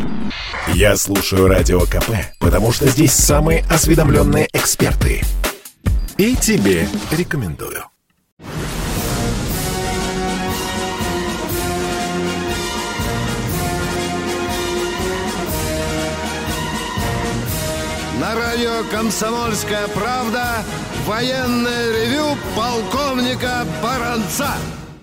Я слушаю Радио КП, потому что здесь самые осведомленные эксперты. И тебе рекомендую. На радио «Комсомольская правда» военное ревю полковника Баранца.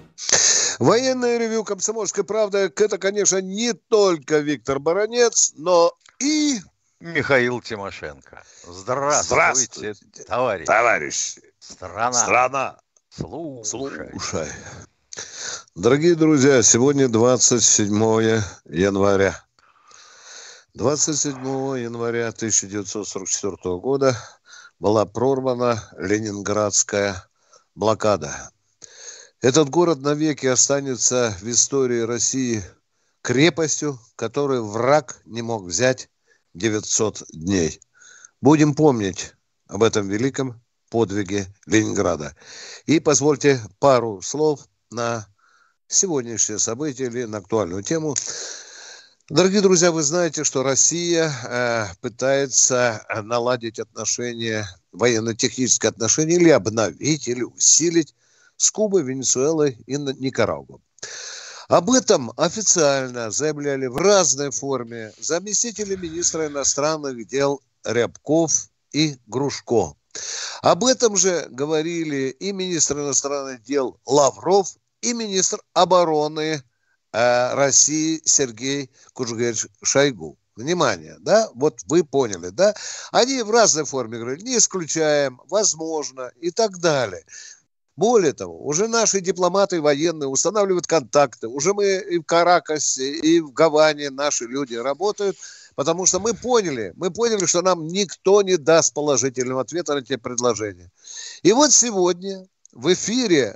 Военное ревю «Комсомольской правды» — это, конечно, не только Виктор Баранец, но и... Михаил Тимошенко. Здравствуйте, товарищи. Страна. Слушай. Дорогие друзья, сегодня 27 января. 27 января 1944 года была прорвана Ленинградская блокада. Этот город навеки останется в истории России крепостью, которую враг не мог взять 900 дней. Будем помнить об этом великом подвиге Ленинграда. И позвольте пару слов на сегодняшнее событие или на актуальную тему. Дорогие друзья, вы знаете, что Россия пытается наладить отношения, военно-технические отношения, или обновить, или усилить с Кубой, Венесуэлой и Никарагуа. Об этом официально заявляли в разной форме заместители министра иностранных дел Рябков и Грушко. Об этом же говорили и министр иностранных дел Лавров, и министр обороны России Сергей Кужугетович Шойгу. Внимание, да? Вот вы поняли, да? Они в разной форме говорили, не исключаем, возможно и так далее. Более того, уже наши дипломаты военные устанавливают контакты. Уже мы и в Каракасе, и в Гаване наши люди работают, потому что мы поняли, что нам никто не даст положительного ответа на эти предложения. И вот сегодня в эфире,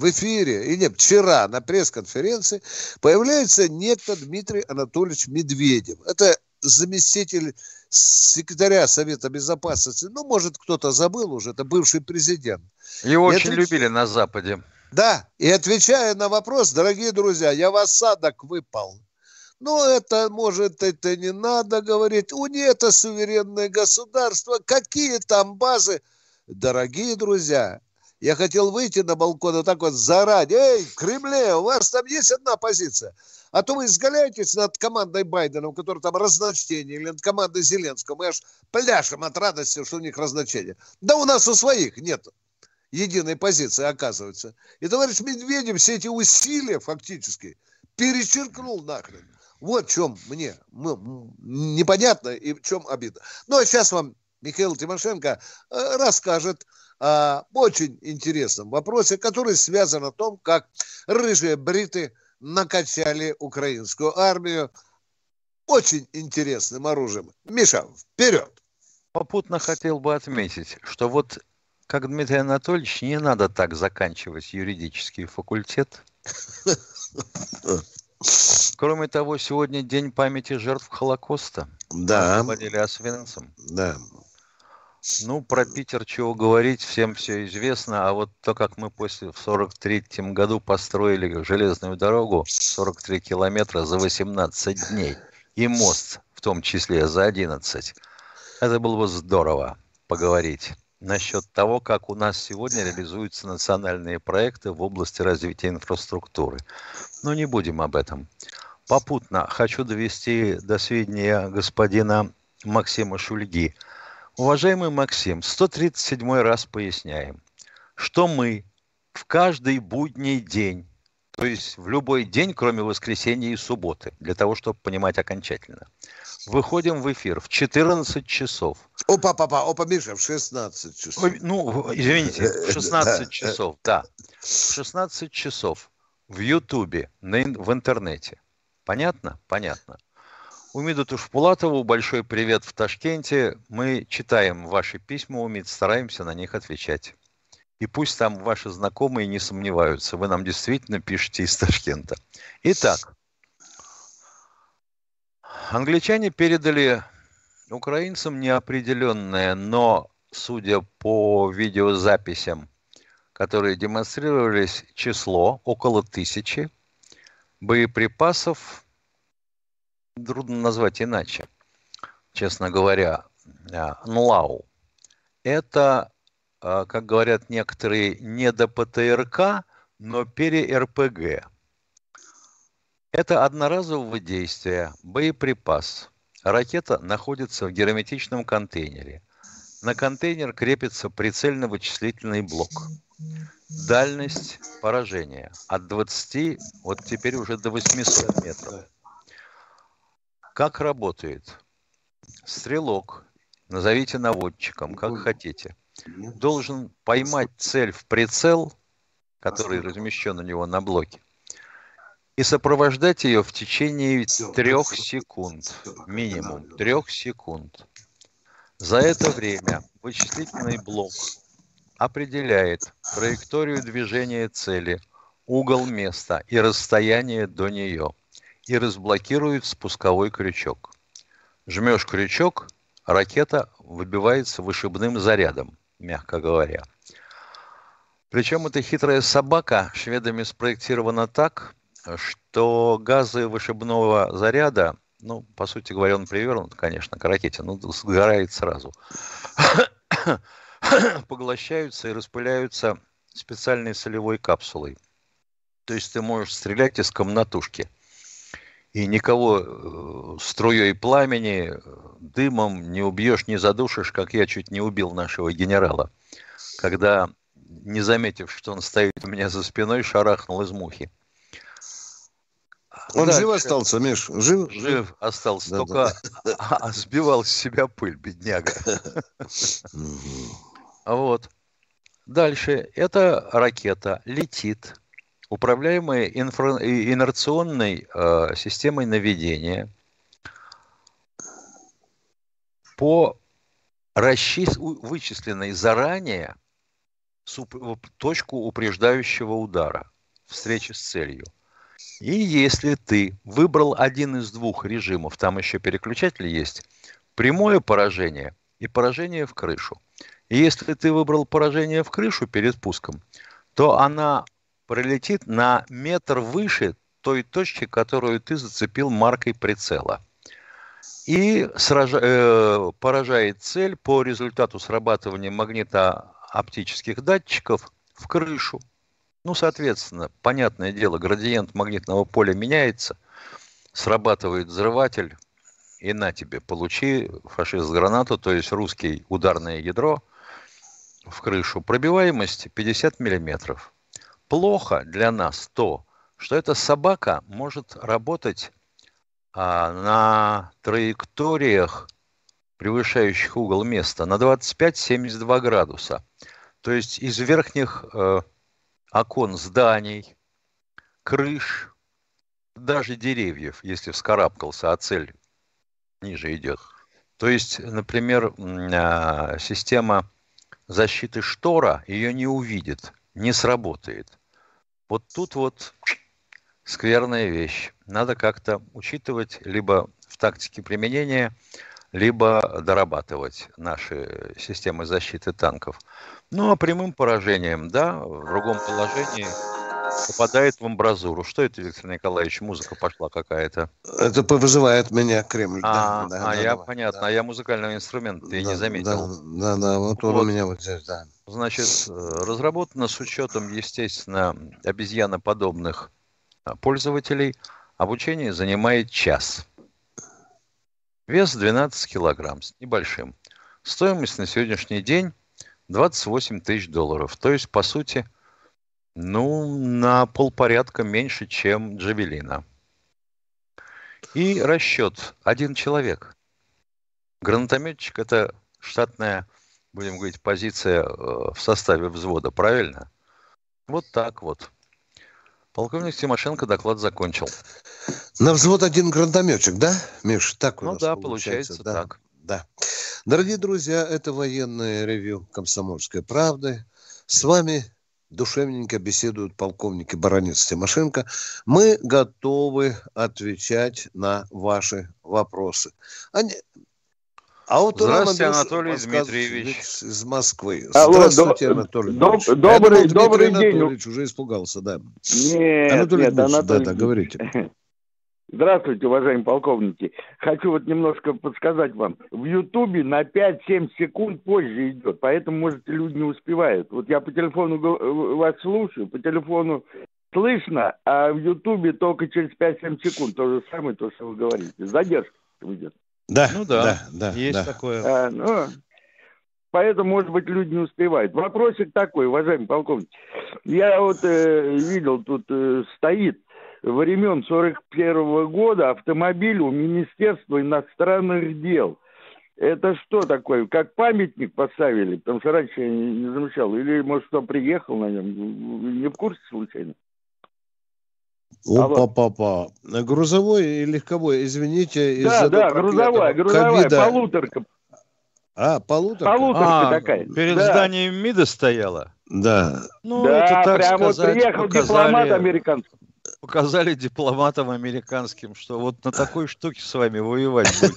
и нет, вчера на пресс-конференции появляется некто Дмитрий Анатольевич Медведев. Это заместитель секретаря Совета Безопасности. Ну, может, кто-то забыл уже, это бывший президент. Его очень любили на Западе. Да, и отвечая на вопрос, дорогие друзья, я в осадок выпал. Ну, это, может, это не надо говорить. У них это суверенное государство. Какие там базы? Дорогие друзья, я хотел выйти на балкон и так вот заорать. Эй, в Кремле, у вас там есть одна позиция. А то вы изгаляетесь над командой Байдена, у которой там разночтение, или над командой Зеленского. Мы аж пляшем от радости, что у них разночтение. Да у нас у своих нет единой позиции, оказывается. И товарищ Медведев все эти усилия фактически перечеркнул нахрен. Вот в чем мне непонятно и в чем обидно. Ну, а сейчас вам Михаил Тимошенко расскажет о очень интересном вопросе, который связан о том, как рыжие бриты накачали украинскую армию очень интересным оружием. Миша, вперед! Попутно хотел бы отметить, что вот как Дмитрий Анатольевич, не надо так заканчивать юридический факультет. Кроме того, сегодня день памяти жертв Холокоста. Да. Говорили Освенцим. Да. Ну, про Питер чего говорить, всем все известно. А вот то, как мы в 43-м году построили железную дорогу, 43 километра за 18 дней, и мост в том числе за 11, это было бы здорово поговорить насчет того, как у нас сегодня реализуются национальные проекты в области развития инфраструктуры. Но не будем об этом. Попутно хочу довести до сведения господина Максима Шульги. Уважаемый Максим, 137 раз поясняем, что мы в каждый будний день, то есть в любой день, кроме воскресенья и субботы, для того, чтобы понимать окончательно, выходим в эфир в 14 часов. Опа, Миша, в 16 часов. Извините, в 16 часов, да. В 16 часов в Ютубе, в интернете. Понятно? Понятно. Умиду Тушпулатову большой привет в Ташкенте. Мы читаем ваши письма, Умид, стараемся на них отвечать. И пусть там ваши знакомые не сомневаются, вы нам действительно пишете из Ташкента. Итак, англичане передали украинцам неопределенное, но, судя по видеозаписям, которые демонстрировались, число около 1000 боеприпасов трудно назвать иначе, честно говоря, НЛАУ. Это, как говорят некоторые, не до ПТРК, но пере-РПГ. Это одноразового действия, боеприпас. Ракета находится в герметичном контейнере. На контейнер крепится прицельно-вычислительный блок. Дальность поражения от 20, вот теперь уже до 800 метров. Как работает? Стрелок, назовите наводчиком, как хотите, должен поймать цель в прицел, который размещен у него на блоке, и сопровождать ее в течение 3 секунд, минимум 3 секунд. За это время вычислительный блок определяет траекторию движения цели, угол места и расстояние до нее и разблокирует спусковой крючок. Жмешь крючок, ракета выбивается вышибным зарядом, мягко говоря. Причем эта хитрая собака шведами спроектирована так, что газы вышибного заряда, ну, по сути говоря, он привернут, конечно, к ракете, но сгорает сразу. Поглощаются и распыляются специальной солевой капсулой. То есть ты можешь стрелять из комнатушки. И никого струей пламени, дымом не убьешь, не задушишь, как я чуть не убил нашего генерала, когда, не заметив, что он стоит у меня за спиной, шарахнул из мухи. Он жив остался, Миш? Жив? Жив остался, да, только да. Сбивал с себя пыль, бедняга. Вот. Дальше. Эта ракета летит, управляемая инерционной системой наведения по вычисленной заранее точку упреждающего удара, встречи с целью. И если ты выбрал один из 2 режимов, там еще переключатель есть, прямое поражение и поражение в крышу. И если ты выбрал поражение в крышу перед пуском, то она пролетит на метр выше той точки, которую ты зацепил маркой прицела. И поражает цель по результату срабатывания магнитооптических датчиков в крышу. Ну, соответственно, понятное дело, градиент магнитного поля меняется, срабатывает взрыватель, и на тебе, получи фашист-гранату, то есть русский ударное ядро в крышу. Пробиваемость 50 миллиметров. Плохо для нас то, что эта собака может работать на траекториях, превышающих угол места, на 25-72 градуса. То есть из верхних окон зданий, крыш, даже деревьев, если вскарабкался, а цель ниже идет. То есть, например, система защиты штора ее не увидит, не сработает. Вот тут вот скверная вещь. Надо как-то учитывать либо в тактике применения, либо дорабатывать наши системы защиты танков. Ну, а прямым поражением, да, в другом положении попадает в амбразуру. Что это, Виктор Николаевич, музыка пошла какая-то? Это вызывает меня Кремль. Понятно, а я музыкального инструмента и не заметил. Да, вот он у меня вот здесь, да. Значит, разработано с учетом, естественно, обезьяноподобных пользователей. Обучение занимает час. Вес 12 килограмм с небольшим. Стоимость на сегодняшний день $28 тысяч. То есть, по сути, на полпорядка меньше, чем Джавелина. И расчет 1 человек. Гранатометчик – это штатная, будем говорить, позиция в составе взвода, правильно? Вот так вот. Полковник Тимошенко доклад закончил. На взвод 1 гранатометчик, да, Миш? Так у нас да, получается так. Да. Дорогие друзья, это военное ревью «Комсомольской правды». С вами душевненько беседуют полковники Баранец, Тимошенко. Мы готовы отвечать на ваши вопросы. Здравствуйте, Анатолий Дмитриевич. Из Москвы. Алло, здравствуйте, Анатолий Дмитриевич. Добрый день. Анатольевич уже испугался, да. Нет, Анатолий Дмитриевич, Анатолий... да, говорите. Здравствуйте, уважаемые полковники. Хочу вот немножко подсказать вам. В Ютубе на 5-7 секунд позже идет, поэтому, может, люди не успевают. Вот я по телефону вас слушаю, по телефону слышно, а в Ютубе только через 5-7 секунд. То же самое, то, что вы говорите. Задержка идет. Да, Ну да, есть да. такое. Поэтому, может быть, люди не успевают. Вопросик такой, уважаемый полковник. Я вот видел, тут стоит времен 41 года автомобиль у Министерства иностранных дел. Это что такое? Как памятник поставили? Потому что раньше я не замечал. Или, может, кто приехал на нем? Не в курсе случайно? Опа-папа. Грузовой и легковой, извините. Да, грузовая, полуторка. Полуторка такая. Перед зданием МИДа стояла? Да. Ну, да, это так прямо сказать, вот приехал дипломат американский. Показали дипломатам американским, что вот на такой штуке с вами воевать будет.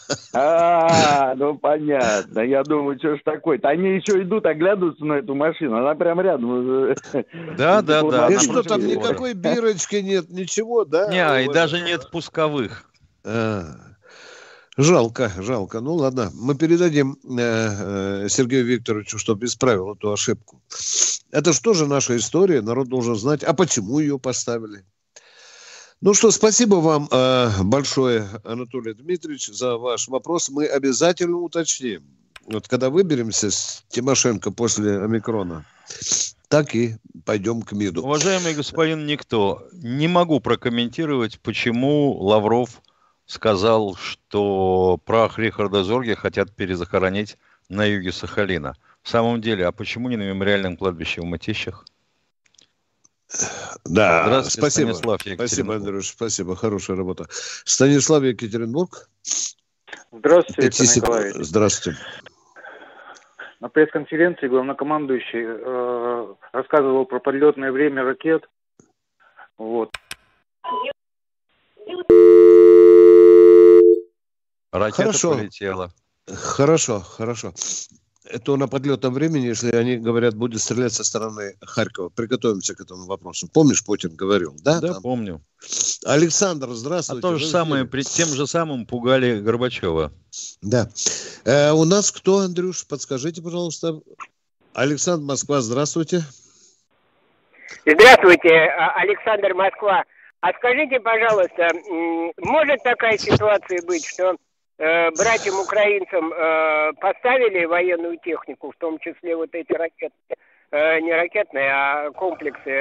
Ну понятно. Я думаю, что ж такое-то. Они еще идут, оглядываются на эту машину. Она прям рядом. Да. И что там, никакой бирочки нет, ничего, да? Не, и даже нет пусковых. Жалко. Ну ладно, мы передадим Сергею Викторовичу, чтобы исправил эту ошибку. Это же тоже наша история, народ должен знать, а почему ее поставили. Ну что, спасибо вам большое, Анатолий Дмитриевич, за ваш вопрос. Мы обязательно уточним. Вот когда выберемся с Тимошенко после омикрона, так и пойдем к МИДу. Уважаемый господин Никто, не могу прокомментировать, почему Лавров сказал, что прах Рихарда Зорге хотят перезахоронить на юге Сахалина. В самом деле, а почему не на мемориальном кладбище в Мытищах? Да, спасибо. Спасибо, Андрюш, спасибо, хорошая работа. Станислав, Екатеринбург. Здравствуйте, Николай. Здравствуйте. На пресс-конференции главнокомандующий рассказывал про подлетное время ракет. Вот. Ракета полетела. Хорошо. Это на подлетном времени, если они говорят, будет стрелять со стороны Харькова. Приготовимся к этому вопросу. Помнишь, Путин говорил, да? Да, помню. Александр, здравствуйте. А то же самое, тем же самым пугали Горбачева. Да. У нас кто, Андрюш? Подскажите, пожалуйста. Александр, Москва, здравствуйте. Здравствуйте, Александр, Москва. А скажите, пожалуйста, может такая ситуация быть, что братьям-украинцам поставили военную технику, в том числе вот эти ракеты, не ракетные, а комплексы,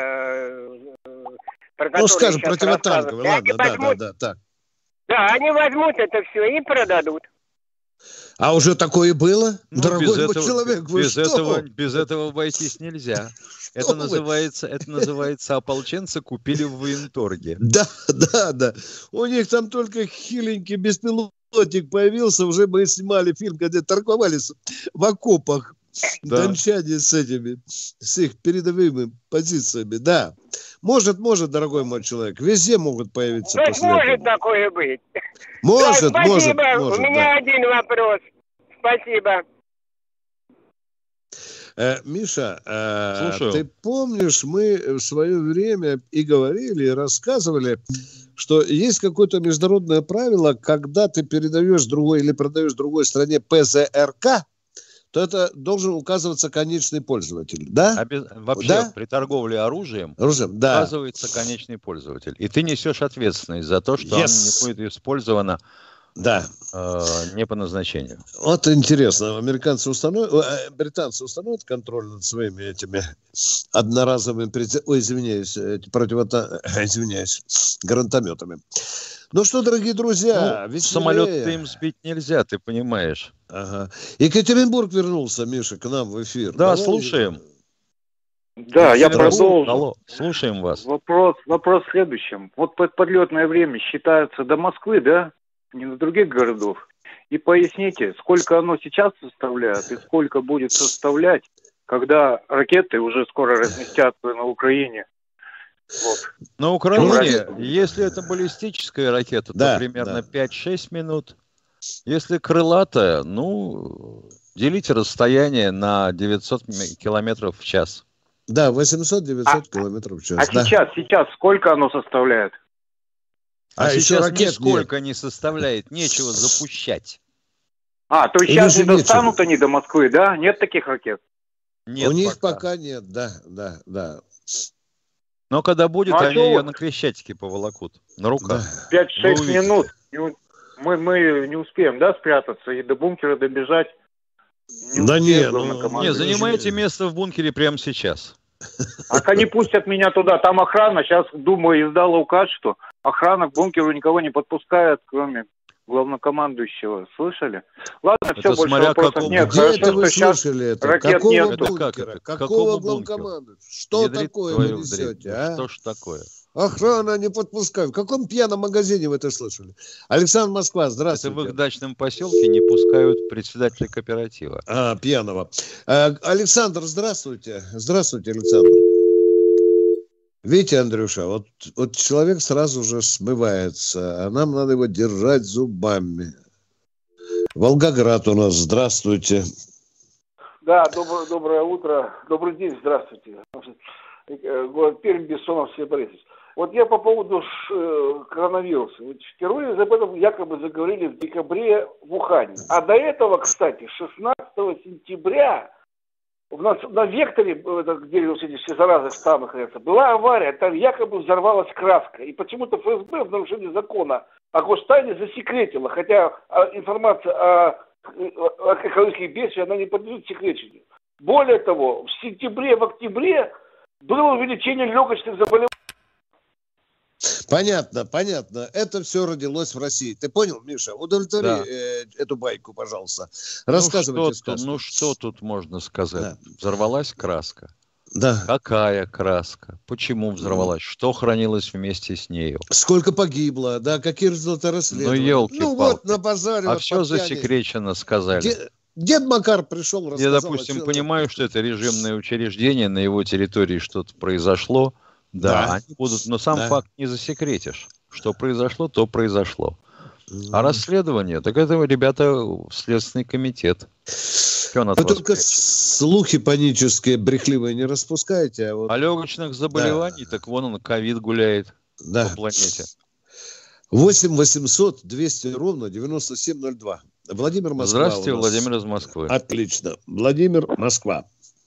про которые скажем, сейчас противотанковые, ладно, да. Да, они возьмут это все и продадут. А уже такое было? Дорогой мой человек, вы что? Без этого обойтись нельзя. Это называется ополченцы купили в военторге. Да. У них там только хиленький беспилотник появился, уже мы снимали фильм, где торговались в окопах. Да. Дончане с их передовыми позициями, да. Может, дорогой мой человек, везде могут появиться. Может такое быть. Может. Спасибо. У меня один вопрос. Спасибо. Миша, ты помнишь, мы в свое время и говорили, и рассказывали, что есть какое-то международное правило, когда ты передаешь другой или продаешь другой стране ПЗРК, то это должен указываться конечный пользователь, да? Вообще, да? При торговле оружием да. указывается конечный пользователь. И ты несешь ответственность за то, что оно не будет использовано не по назначению. Вот интересно, британцы установят контроль над своими этими одноразовыми, гранатометами. Ну что, дорогие друзья, самолет-то им сбить нельзя, ты понимаешь. Ага. Екатеринбург вернулся, Миша, к нам в эфир. Да, давай. Слушаем. Да, я продолжу. Алло, слушаем вас. Вопрос в следующем. Вот подлетное время считается до Москвы, да? Не до других городов. И поясните, сколько оно сейчас составляет и сколько будет составлять, когда ракеты уже скоро разместятся на Украине. Вот. На Украине, если это баллистическая ракета, то примерно 5-6 минут. Если крылатая, делите расстояние на 900 километров в час. Да, 800-900 километров в час. А сейчас сколько оно составляет? А сейчас ракет нисколько не составляет, нечего запущать. То есть сейчас не достанут они до Москвы, да? Нет таких ракет? Нет, у них пока нет, да. Но когда будет, они ее на Крещатике поволокут, на руках. 5-6 минут. Мы не успеем, да, спрятаться и до бункера добежать? Не, занимайте место в бункере прямо сейчас. Они пустят меня туда. Там охрана. Сейчас, думаю, издала указ, что охрана к бункеру никого не подпускает, кроме главнокомандующего. Слышали? Ладно, это все, больше вопросов нет. Где Хорошо, это вы что слышали это? Ракет Какого нет. бункера? Какого главкомандующего? Что такое вы несете, а? Что ж такое? Охрана не подпускают. В каком пьяном магазине вы это слышали? Александр, Москва, здравствуйте. Это в их дачном поселке не пускают председателя кооператива. Пьяного. Александр, здравствуйте. Здравствуйте, Александр. Видите, Андрюша, вот человек сразу же смывается, а нам надо его держать зубами. Волгоград у нас, здравствуйте. Да, доброе утро, добрый день, здравствуйте. Город Пермь, Бессонов Сергей Борисович. Вот я по поводу коронавируса. Впервые об этом якобы заговорили в декабре в Ухане. А до этого, кстати, 16 сентября у нас на Векторе, где эти все заразы штаммы хранятся, была авария, там якобы взорвалась краска. И почему-то ФСБ в нарушении закона о гостайне засекретила, хотя информация о экологических бедствиях, она не подлежит секречению. Более того, в сентябре, в октябре было увеличение легочных заболеваний. Понятно. Это все родилось в России. Ты понял, Миша? Удовлетвори эту байку, пожалуйста. Рассказывайте сказку. Что тут можно сказать? Да. Взорвалась краска. Да. Какая краска? Почему взорвалась? Что хранилось вместе с нею? Сколько погибло? Да, какие результаты расследования? Елки-палки. Вот на базаре. А все засекречено сказали. Дед Макар пришел, рассказал. Я, допустим, понимаю, что это режимное учреждение, на его территории что-то произошло. Да, они будут, но сам факт не засекретишь. Что произошло, то произошло. А расследование, так это, ребята, Следственный комитет. Вы только слухи панические, брехливые не распускаете. А легочных заболеваний, так вон он, ковид гуляет по планете. 8 800 200 ровно 9702. Владимир, Москва. Здравствуйте, Владимир из Москвы. Отлично. Владимир, Москва.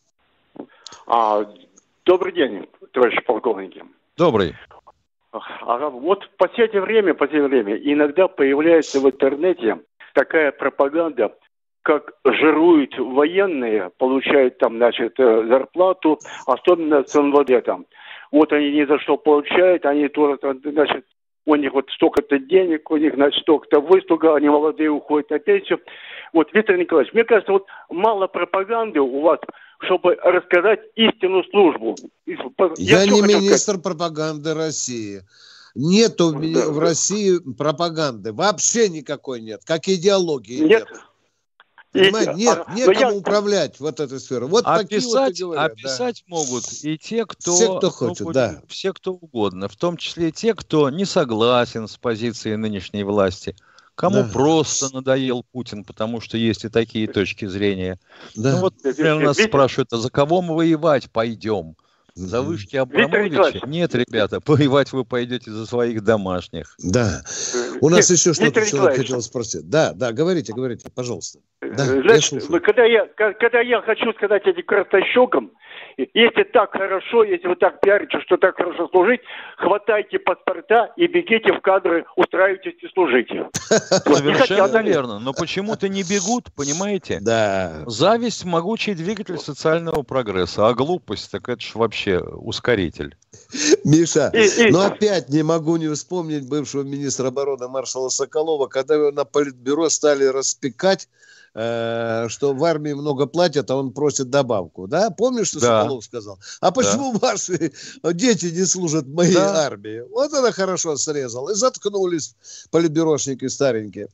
Добрый день, товарищи полковники. Добрый. Вот в последнее время иногда появляется в интернете такая пропаганда, как жируют военные, получают там, зарплату, особенно с МВД там. Вот они ни за что получают, они тоже, у них вот столько-то денег, у них, столько-то выслуга, они молодые уходят на пенсию. Вот, Виктор Николаевич, мне кажется, вот мало пропаганды у вас, чтобы рассказать истинную службу. Я не министр пропаганды России. Нету в России пропаганды. Вообще никакой нет. Как идеологии нет. Понимаете? Нет, некому управлять вот этой сферой. Вот описать могут и те, кто... Все, кто хочет, да. Все, кто угодно. В том числе те, кто не согласен с позицией нынешней власти. Кому просто надоел Путин, потому что есть и такие точки зрения. Да. Ну вот, например, нас спрашивают, а за кого мы воевать пойдем? За вышки Абрамовича? Нет, ребята, воевать вы пойдете за своих домашних. Да. У нас еще что-то человек хотел спросить. Да, говорите, пожалуйста. Когда я хочу сказать этим краснощекам, если так хорошо, если вы так пиарите, что так хорошо служить, хватайте паспорта и бегите в кадры, устраивайтесь и служите. Совершенно верно. Но почему-то не бегут, понимаете? Да. Зависть – могучий двигатель социального прогресса, а глупость – так это ж вообще ускоритель. Миша, но опять не могу не вспомнить бывшего министра обороны маршала Соколова, когда его на политбюро стали распекать, что в армии много платят, а он просит добавку. Да? Помнишь, что Соколов сказал? А почему ваши дети не служат в моей армии? Вот это хорошо срезал. И заткнулись политбюрошники старенькие.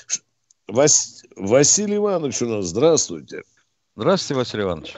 Василий Иванович у нас. Здравствуйте. Здравствуйте, Василий Иванович.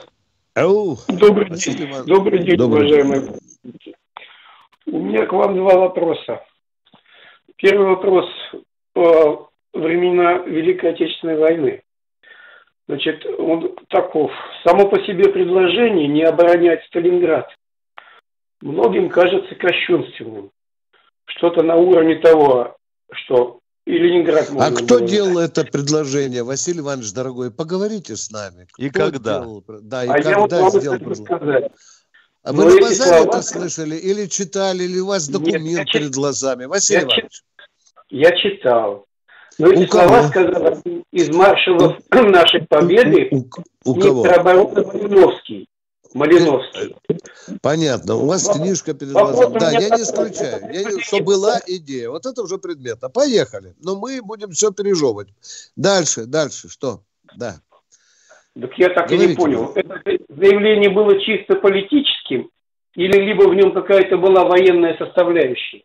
Добрый день, уважаемые. У меня к вам два вопроса. Первый вопрос по времена Великой Отечественной войны. Значит, он таков. Само по себе предложение не оборонять Сталинград многим кажется кощунственным. что-то на уровне того, что и Ленинград можно было. Кто делал это предложение? Василий Иванович, дорогой, поговорите с нами. И когда? Да, и я вот когда могу сделал сказать. А вы на базаре это слышали? Или читали, или у вас документ перед глазами? Василий Иванович. Я читал. Но эти слова сказал из маршалов нашей победы министр обороны Малиновский. Понятно. У вас книжка перед глазами. Да, я не исключаю. Что была идея. Вот это уже предметно. Поехали. Но мы будем все пережевывать. Дальше. Что? Да. Так я так и не понял. Это заявление было чисто политическим или либо в нем какая-то была военная составляющая?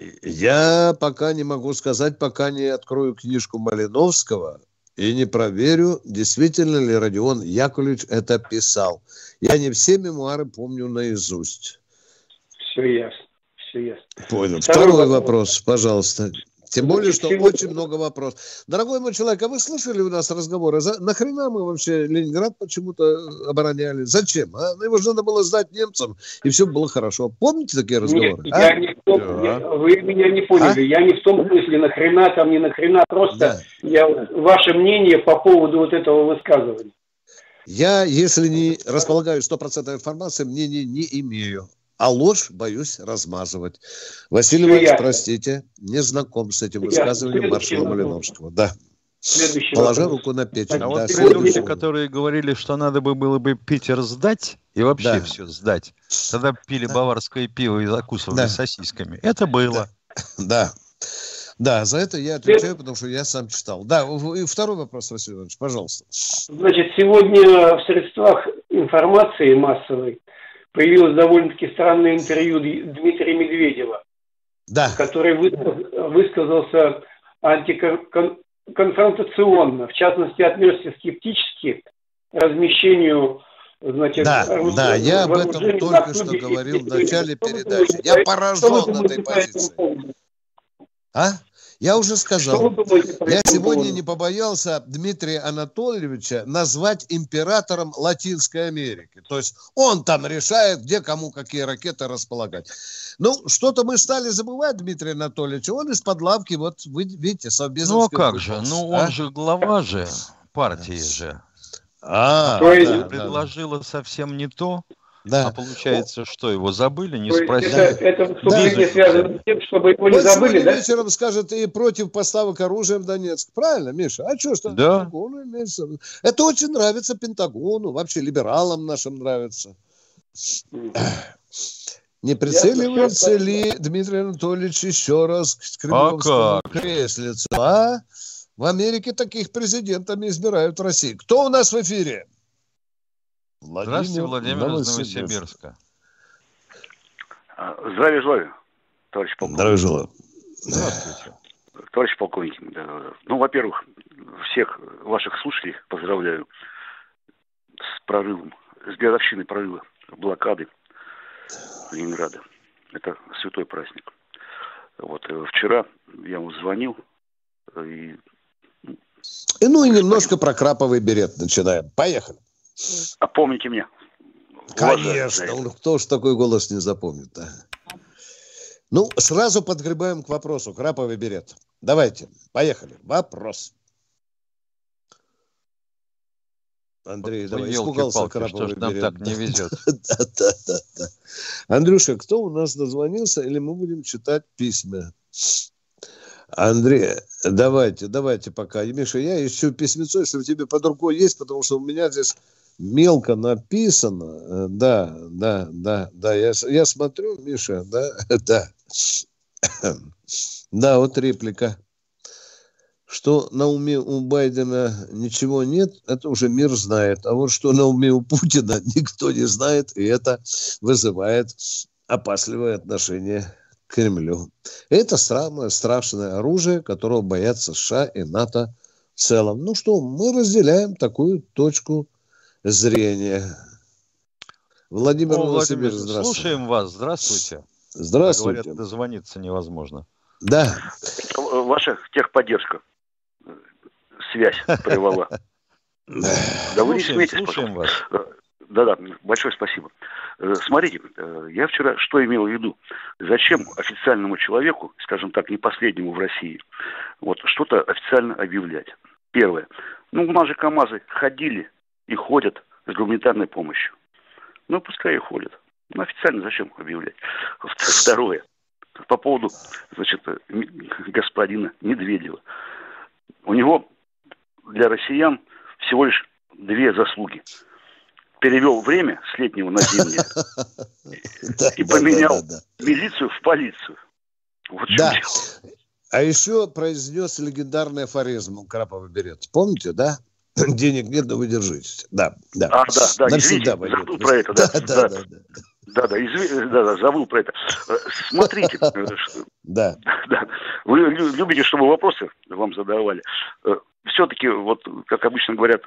Я пока не могу сказать, пока не открою книжку Малиновского и не проверю, действительно ли Родион Яковлевич это писал. Я не все мемуары помню наизусть. Все ясно. Понял. Второй вопрос, пожалуйста. Тем более, что очень много вопросов. Дорогой мой человек, а вы слышали у нас разговоры? Нахрена мы вообще Ленинград почему-то обороняли? Зачем? Его же надо было сдать немцам, и все было хорошо. Помните такие разговоры? Нет, вы меня не поняли. Я не в том смысле нахрена, там не нахрена. Просто ваше мнение по поводу вот этого высказывания. Я, если не располагаю 100% информации, мнения не имею. А ложь боюсь размазывать. Василий Иванович, простите, не знаком с этим высказыванием маршала Малиновского. Да. Положа руку на печень. А вот те люди, которые говорили, что надо было бы Питер сдать и вообще все сдать, тогда пили баварское пиво и закусывали сосисками. Это было. Да. Да, за это я отвечаю, потому что я сам читал. Да, и второй вопрос, Василий Иванович, пожалуйста. Значит, сегодня в средствах информации массовой появилось довольно-таки странное интервью Дмитрия Медведева, который высказался антиконфронтационно, в частности, отнесся скептически к размещению, значит, да, я об этом только что говорил в начале передачи. Я поражен этой позицией. Я уже сказал, я сегодня не побоялся Дмитрия Анатольевича назвать императором Латинской Америки. То есть он там решает, где кому какие ракеты располагать. Ну, что-то мы стали забывать, Дмитрий Анатольевич. Он из-под лавки, вот вы видите, совбезовский. Ну, а как же? Ну, он же глава же партии же. Предложила совсем не то. Да. А получается, что его забыли, не спросили. Это выступление связано с тем, чтобы его не забыли, да? Вечером скажет и против поставок оружия в Донецк. Правильно, Миша? А что, что Пентагону имеется? Это очень нравится Пентагону, вообще либералам нашим нравится. Не прицеливается ли Дмитрий Анатольевич еще раз к кремлевскому креслицу? В Америке таких президентами избирают в России. Кто у нас в эфире? Здравствуйте, Владимир из Новосибирска. Здравия желаю, товарищ полковник. Здравия желаю. Здравствуйте. Товарищ полковник, ну, во-первых, всех ваших слушателей поздравляю с прорывом, с годовщиной прорыва блокады Ленинграда. Это святой праздник. Вот, вчера я вам звонил и... Ну, и немножко про краповый берет начинаем. Поехали. А помните меня? Конечно. Кто ж такой голос не запомнит, да? Ну, сразу подгребаем к вопросу. Краповый берет. Давайте, поехали. Вопрос. Андрей, давай, испугался краповый берет. Нам так не везет. Да. Андрюша, кто у нас дозвонился, или мы будем читать письма? Андрей, давайте пока. Миша, я ищу письмецо, если у тебя под рукой есть, потому что у меня здесь мелко написано. Да. Я смотрю, Миша, да. Да, вот реплика. Что на уме у Байдена ничего нет, это уже мир знает. А вот что на уме у Путина никто не знает, и это вызывает опасливое отношение к Кремлю. Это самое страшное оружие, которого боятся США и НАТО в целом. Ну что, мы разделяем такую точку зрения. Владимир Новосибирск, здравствуйте. Слушаем вас, здравствуйте. Здравствуйте. Говорят, дозвониться невозможно. Да. Ваша техподдержка, связь прервала. Да вы не смейтесь, слушаем вас. Да-да, большое спасибо. Смотрите, я вчера что имел в виду? Зачем официальному человеку, скажем так, не последнему в России, вот что-то официально объявлять? Первое. Ну, у нас же КАМАЗы ходили и ходят с гуманитарной помощью. Ну, пускай и ходят. Ну, официально зачем объявлять? Второе. По поводу, значит, господина Медведева. У него для россиян всего лишь 2 заслуги. Перевел время с летнего на зимнее и поменял милицию в полицию. Вот в чем дело. А еще произнес легендарный афоризм «Краповый берет». Помните, да? Денег нет, но вы держитесь. Да. Да, извините, забыл про это. Да, забыл про это. Смотрите. Да. Вы любите, чтобы вопросы вам задавали. Все-таки, вот, как обычно говорят,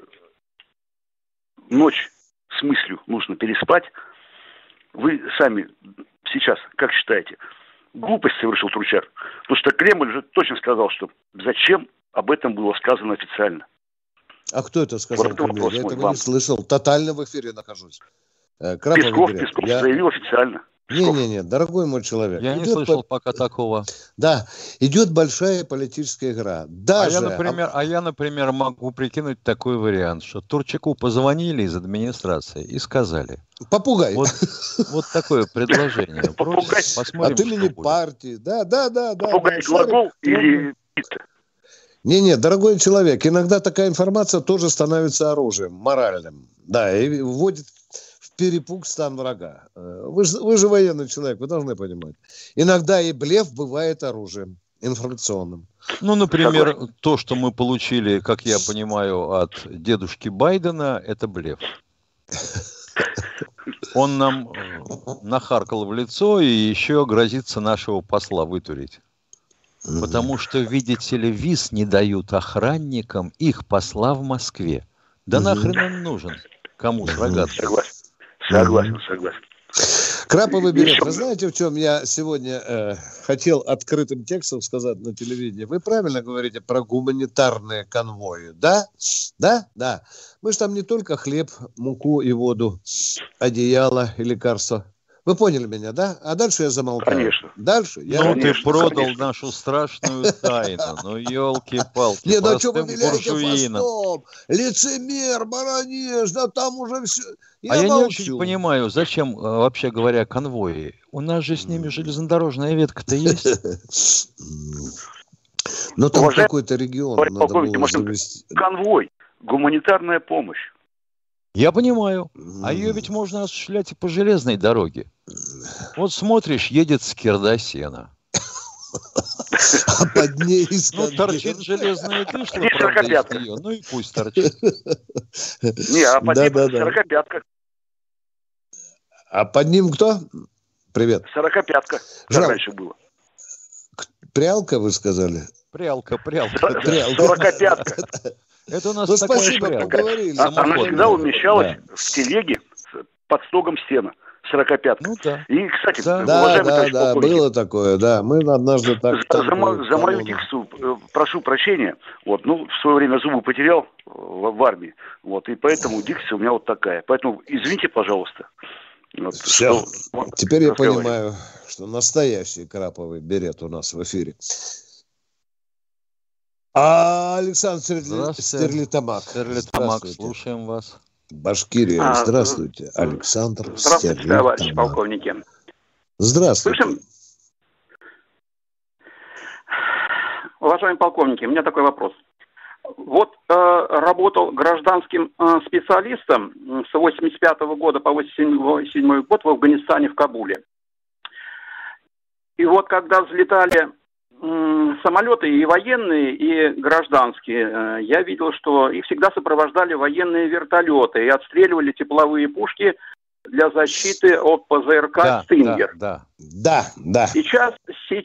ночь с мыслью нужно переспать. Вы сами сейчас, как считаете, глупость совершил Тручар? Потому что Кремль же точно сказал, что зачем об этом было сказано официально. А кто это сказал? Вот я этого не слышал. Тотально в эфире нахожусь. Песков заявил официально. Не, дорогой мой человек. Я не слышал пока такого. Да, идет большая политическая игра. Я, например, могу прикинуть такой вариант, что Турчаку позвонили из администрации и сказали. Попугай. Вот такое предложение. Посмотрим, от имени партии. Да. Попугай глагол или птица? Не, дорогой человек, иногда такая информация тоже становится оружием моральным. Да, и вводит в перепуг стан врага. Вы же военный человек, вы должны понимать. Иногда и блеф бывает оружием информационным. Ну, например, то, что мы получили, как я понимаю, от дедушки Байдена, это блеф. Он нам нахаркал в лицо и еще грозится нашего посла вытурить. Потому что, видите ли, виз не дают охранникам их посла в Москве. Да нахрен он нужен? Кому с рогаткой? Согласен. Краповый берет. Вы знаете, в чем я сегодня хотел открытым текстом сказать на телевидении? Вы правильно говорите про гуманитарные конвои, да? Да. Мы же там не только хлеб, муку и воду, одеяло и лекарства. Вы поняли меня, да? А дальше я замолкаю. Конечно. Дальше я... ты продал нашу страшную тайну. Ну, елки-палки. Не, ну что вы виляете хвостом? Лицемер, баранеж, да там уже все... Я не очень понимаю, зачем, вообще говоря, конвои? У нас же с ними железнодорожная ветка-то есть. Но там какой-то регион надо было завести. Конвой, гуманитарная помощь. Я понимаю. А ее ведь можно осуществлять и по железной дороге. Вот смотришь, едет скирда сена. А под ней... торчит железная дышка, правда, из нее. Ну и пусть торчит. Не, а под ним 45-ка. А под ним кто? Привет. 45-ка. Что раньше было? Прялка, вы сказали? Прялка. 45-ка. Это у нас такая спасибо, прялка. поговорили. Она всегда умещалась в телеге под стогом стена. 45-ка. Ну да. И, кстати, да, было такое, да. Мы однажды так... За мою дикцию прошу прощения. Вот, в свое время зубы потерял в армии. Вот, и поэтому дикция у меня вот такая. Поэтому извините, пожалуйста. Все. Теперь я понимаю, что настоящий краповый берет у нас в эфире. Александр Стерлитамак. Слушаем вас. Башкирия. Здравствуйте, Александр Стерлитамак. Здравствуйте, товарищ полковники. Здравствуйте. Слышим? Уважаемые полковники, у меня такой вопрос. Вот работал гражданским специалистом с 1985 года по 1987 год в Афганистане, в Кабуле. И вот когда взлетали самолеты и военные, и гражданские, я видел, что их всегда сопровождали военные вертолеты и отстреливали тепловые пушки для защиты от ПЗРК «Стингер». Да. Сейчас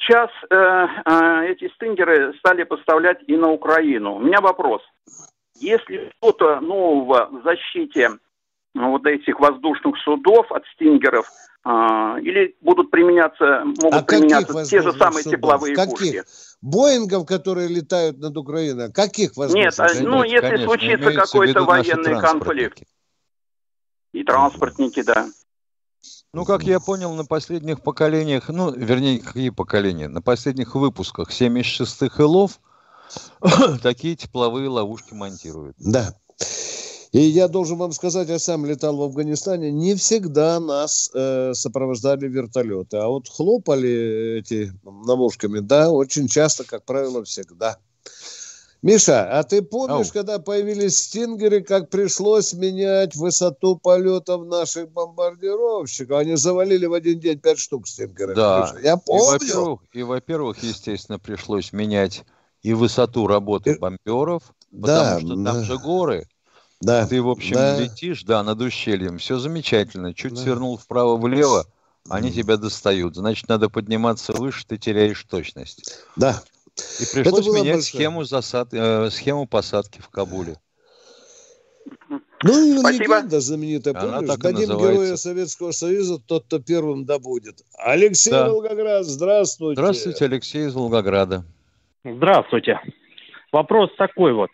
эти «Стингеры» стали поставлять и на Украину. У меня вопрос. Есть ли что-то нового в защите вот этих воздушных судов от «Стингеров», или могут применяться те же самые тепловые пушки? Боингов, которые летают над Украиной? Каких воздушных судов? Нет, если случится какой-то военный конфликт. и транспортники, да. Ну, как я понял, на последних поколениях, ну, вернее, какие поколения? На последних выпусках 76-х ИЛов такие тепловые ловушки монтируют. Да. И я должен вам сказать, я сам летал в Афганистане, не всегда нас сопровождали вертолеты, а вот хлопали эти ловушками, да, очень часто, как правило, всегда. Миша, а ты помнишь, когда появились стингеры, как пришлось менять высоту полетов наших бомбардировщиков? Они завалили в один день 5 штук стингеров. Да. Миша, я помню. И, во-первых, естественно, пришлось менять и высоту работы бомберов, потому что там же горы. Да. Ты, в общем, летишь, над ущельем, все замечательно. Чуть свернул вправо-влево, они тебя достают. Значит, надо подниматься выше, ты теряешь точность. Да. И пришлось менять схему посадки в Кабуле. Ну и легенда знаменитая, Она помнишь? так и Дадим называется. Героя Советского Союза, тот, кто первым добудет. Алексей Волгоград, здравствуйте. Здравствуйте, Алексей из Волгограда. Здравствуйте. Вопрос такой вот.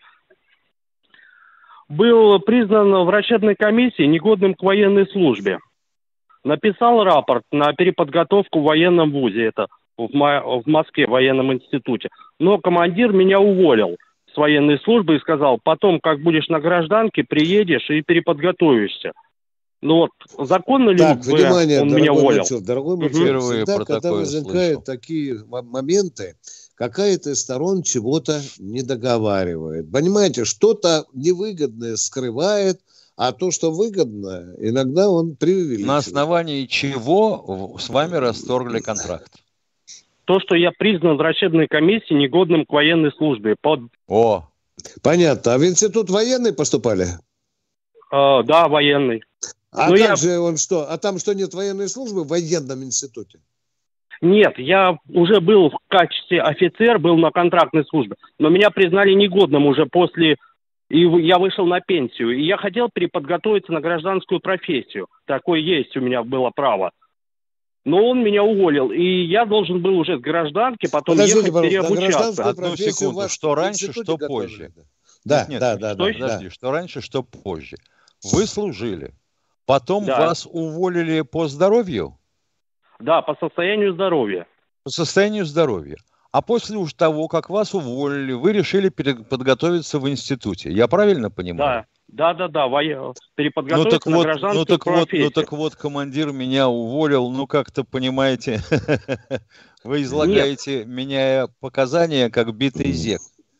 Был признан врачебной комиссией негодным к военной службе. Написал рапорт на переподготовку в военном вузе, это в Москве, в военном институте. Но командир меня уволил с военной службы и сказал, потом, как будешь на гражданке, приедешь и переподготовишься. Ну вот, законно ли он меня уволил? Дорогой мой человек, всегда, когда возникают такие моменты, какая-то из сторон чего-то не договаривает. Понимаете, что-то невыгодное скрывает, а то, что выгодно, иногда он преувеличивает. На основании чего с вами расторгли контракт? То, что я признан врачебной комиссией негодным к военной службе. Понятно. А в институт военный поступали? Да, военный. А как же он что? А там что, нет военной службы в военном институте? Нет, я уже был в качестве офицер, был на контрактной службе, но меня признали негодным уже после, и я вышел на пенсию. И я хотел переподготовиться на гражданскую профессию. Такое есть у меня было право. Но он меня уволил, и я должен был уже с гражданки потом ехать переобучаться. Одну секунду, что раньше, что позже. Подожди, что раньше, что позже. Вы служили, потом вас уволили по здоровью? Да, по состоянию здоровья. По состоянию здоровья. А после уж того, как вас уволили, вы решили подготовиться в институте. Я правильно понимаю? Да. Переподготовиться на гражданскую профессию. Ну так вот, командир меня уволил. Ну как-то, понимаете, вы излагаете, меняя показания, как битый зек.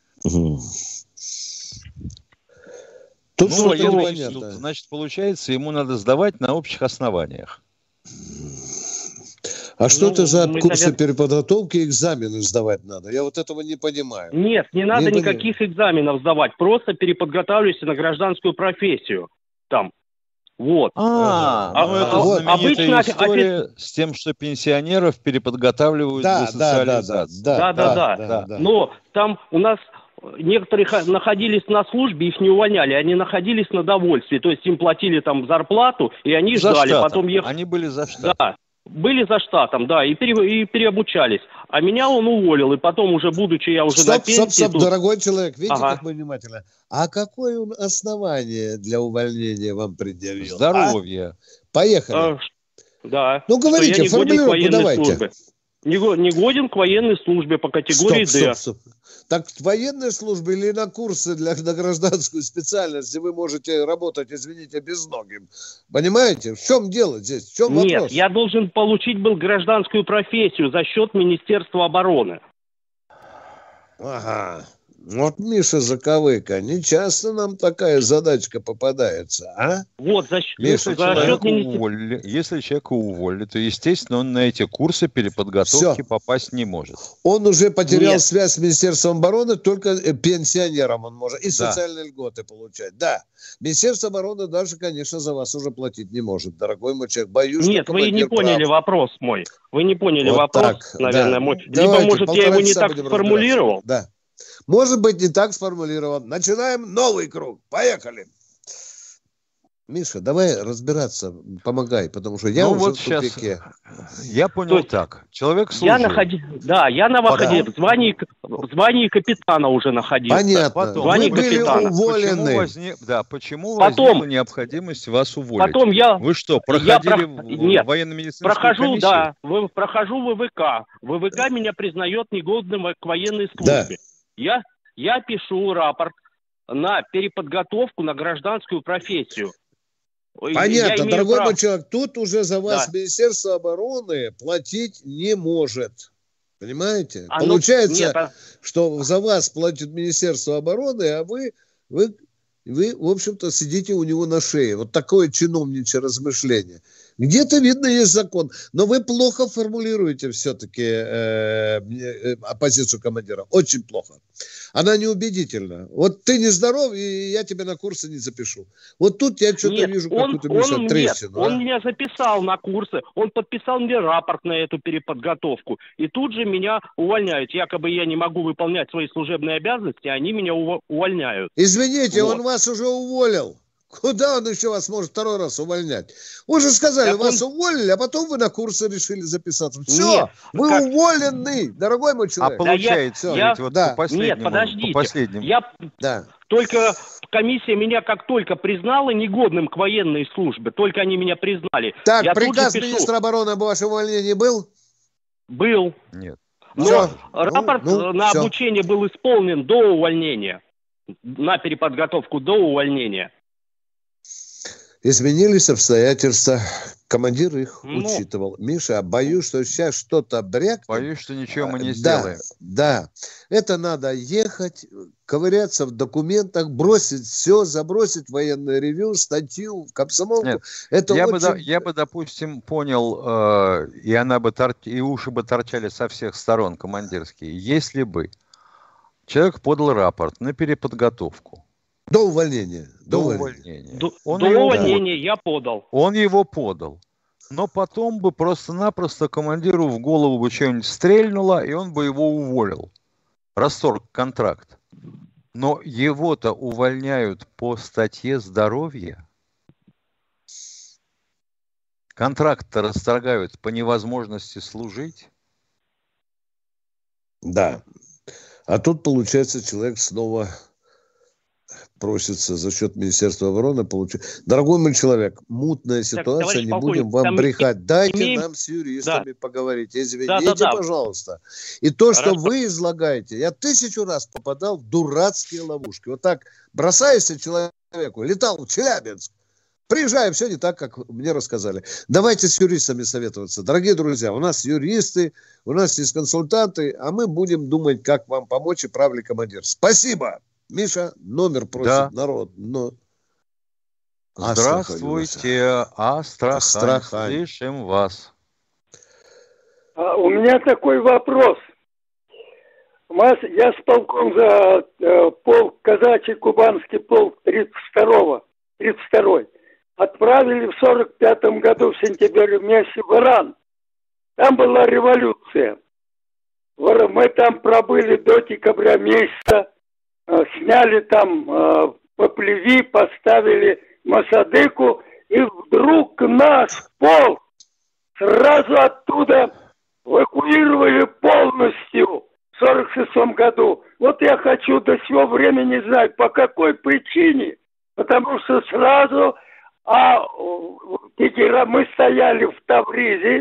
Тут значит, получается, ему надо сдавать на общих основаниях. А что это за курсы переподготовки, экзамены сдавать надо? Я вот этого не понимаю. Нет, не надо никаких экзаменов сдавать. Просто переподготавливайся на гражданскую профессию. Там. Вот. Это знаменитая история с тем, что пенсионеров переподготавливают для социализации. Да. Но там у нас некоторые находились на службе, их не увольняли. Они находились на довольстве. То есть им платили там зарплату, и они ждали. Потом ехали. Они были за штатом. Да. Были за штатом, да, и переобучались. А меня он уволил, и потом уже, будучи я уже на пенсии... Стоп, дорогой человек, видите, как мы внимательно. А какое он основание для увольнения вам предъявил? Здоровье. Поехали. Да. Ну, говорите, формулировку давайте. Негоден к военной службе по категории Д. Стоп. Так в военной службе или на курсы на гражданскую специальность вы можете работать, извините, безногим? Понимаете? В чем дело здесь? В чем вопрос? Нет, я должен получить был гражданскую профессию за счет Министерства обороны. Ага. Вот Миша Заковыка. Не часто нам такая задачка попадается, а? Вот, если человека уволили, то, естественно, он на эти курсы переподготовки попасть не может. Он уже потерял связь с Министерством обороны, только пенсионерам он может. И социальные льготы получать. Да. Министерство обороны даже, конечно, за вас уже платить не может, дорогой мой человек. Боюсь, нет, вы не поняли вопрос мой. Вы не поняли вопрос, наверное, мой. Давайте, либо, может, я его не так сформулировал. Да. Может быть, не так сформулирован. Начинаем новый круг. Поехали. Миша, давай разбираться, помогай, потому что я уже вот в тупике. Я понял так. Человек служил. Я на выходе, в звании капитана уже находился. Понятно. Потом вы были уволены. Почему возникла необходимость вас уволить? Потом Вы что, проходили военно-медицинскую комиссию? Да, прохожу ВВК. ВВК меня признает негодным к военной службе. Да. Я пишу рапорт на переподготовку на гражданскую профессию. Понятно, дорогой мой человек, тут уже за вас Министерство обороны платить не может. Понимаете? Получается, что за вас платит Министерство обороны, а вы, в общем-то, сидите у него на шее. Вот такое чиновничье размышление. Где-то, видно, есть закон. Но вы плохо формулируете все-таки позицию командира. Очень плохо. Она неубедительна. Вот ты нездоров, и я тебя на курсы не запишу. Вот тут я что-то вижу какую-то, Миша, трещину. Он меня записал на курсы, он подписал мне рапорт на эту переподготовку. И тут же меня увольняют. Якобы я не могу выполнять свои служебные обязанности, они меня увольняют. Извините, он вас уже уволил. Куда он еще вас может второй раз увольнять? Вы же сказали, вас уволили, а потом вы на курсы решили записаться. Все, вы уволены, дорогой мой человек. А получается, по последнему. Только комиссия меня как только признала негодным к военной службе, только они меня признали. Так, приказ министра обороны об вашем увольнении был? Был. Нет. Но рапорт на обучение был исполнен до увольнения. На переподготовку до увольнения. Изменились обстоятельства. Командир их учитывал. Миша, боюсь, что сейчас что-то брякнет. Боюсь, что ничего мы не сделаем. Да. Это надо ехать, ковыряться в документах, бросить все, забросить военное ревью, статью, в комсомолку. Нет, это я бы, допустим, понял, и уши бы торчали со всех сторон командирские, если бы человек подал рапорт на переподготовку. До увольнения. До увольнения я подал. Он его подал. Но потом бы просто-напросто командиру в голову бы что-нибудь стрельнуло, и он бы его уволил. Расторг контракт. Но его-то увольняют по статье здоровья. Контракт-то расторгают по невозможности служить. Да. А тут, получается, человек снова просится за счет Министерства обороны получить. Дорогой мой человек, мутная ситуация, не будем вам брехать. Дайте нам с юристами поговорить. Извините, пожалуйста. И то, что вы излагаете, я 1000 раз попадал в дурацкие ловушки. Вот так бросаешься человеку, летал в Челябинск, приезжаем, все не так, как мне рассказали. Давайте с юристами советоваться. Дорогие друзья, у нас юристы, у нас есть консультанты, а мы будем думать, как вам помочь и прав ли командир. Спасибо. Миша, номер просит народ. Но... Здравствуйте, Астрахань. Слышим вас. У меня такой вопрос. Я с полком за полк, казачий кубанский полк 32-й. Отправили в 45-м году в сентябре месяце в Иран. Там была революция. Мы там пробыли до декабря месяца. Сняли там Поплеви, поставили Мосадыку, и вдруг наш полк сразу оттуда эвакуировали полностью в 46-м году. Вот я хочу до сего времени знать, по какой причине. Потому что сразу мы стояли в Табриз,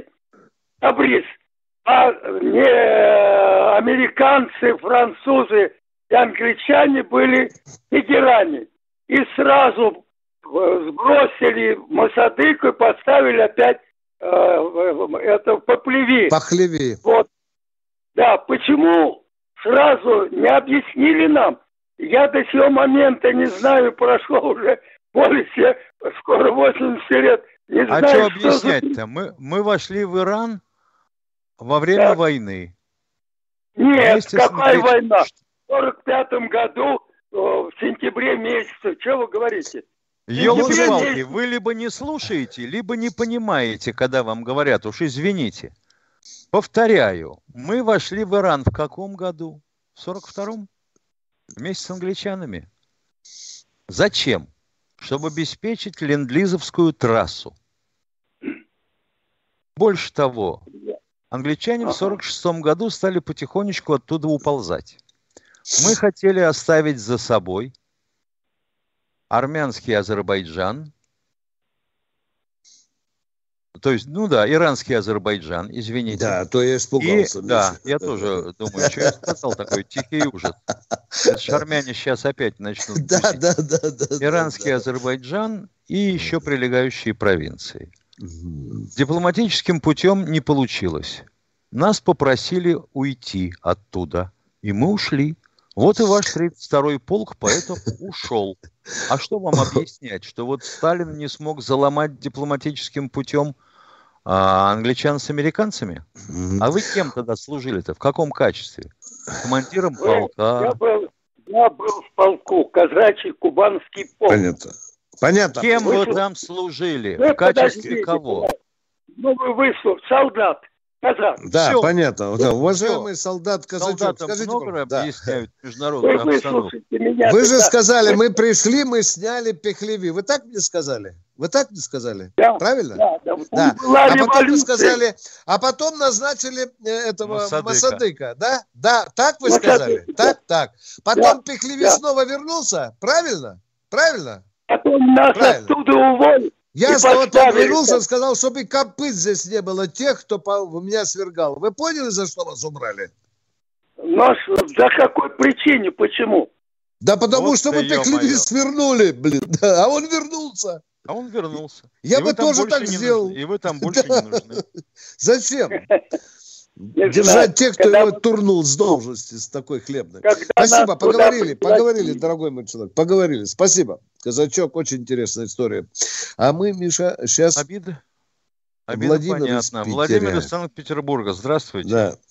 а не американцы, французы и англичане были в Тегеране. И сразу сбросили Мосадыку и поставили опять это Поплеви. Вот. Да, почему сразу не объяснили нам? Я до сего момента не знаю, прошло уже более скоро 80 лет. Не знаю, что объяснять-то? Мы вошли в Иран во время войны. Нет, какая война? В 45-м году, в сентябре месяце. Что вы говорите? Ёлки-палки, вы либо не слушаете, либо не понимаете, когда вам говорят. Уж извините. Повторяю, мы вошли в Иран в каком году? В 42-м? Вместе с англичанами. Зачем? чтобы обеспечить ленд-лизовскую трассу. Больше того, англичане в 1946 году стали потихонечку оттуда уползать. Мы хотели оставить за собой армянский Азербайджан, то есть, иранский Азербайджан, извините. Да, то я испугался. Да, я тоже думаю, что я сказал, такой тихий ужас. Это ж армяне сейчас опять начнут. Да. Иранский Азербайджан и еще прилегающие провинции. Дипломатическим путем не получилось. Нас попросили уйти оттуда, и мы ушли. Вот и ваш 32-й полк поэтому ушел. А что вам объяснять, что вот Сталин не смог заломать дипломатическим путем англичан с американцами? А вы кем тогда служили-то? В каком качестве? Командиром полка? Я был в полку, казачий кубанский полк. Понятно. Кем вы там служили? В качестве кого? Вы солдат. Казак. Да, Все. понятно. Да, уважаемый солдат Казачок, солдатам скажите, много объясняют международную обстановку. Вы же сказали, мы пришли, мы сняли Пехлеви. Вы так мне сказали? Да. Правильно? Да. А потом назначили этого Мосадыка, да? Да, так вы сказали? Так. Потом Пехлеви снова вернулся, правильно? Потом нас оттуда уволили. Я вот вернулся и сказал, чтобы и копыт здесь не было тех, кто меня свергал. Вы поняли, за что вас убрали? Нас за какой причине? Почему? Да потому что вы Пехлеви свернули, блин. Да, а он вернулся. Я бы тоже так сделал. И вы там больше не нужны. Зачем? Держать тех, кто его турнул с должности, с такой хлебной. Спасибо, поговорили, дорогой мой человек, поговорили. Спасибо. Казачок, очень интересная история. А мы, Миша, сейчас... Обида понятно. Владимир из Санкт-Петербурга, здравствуйте.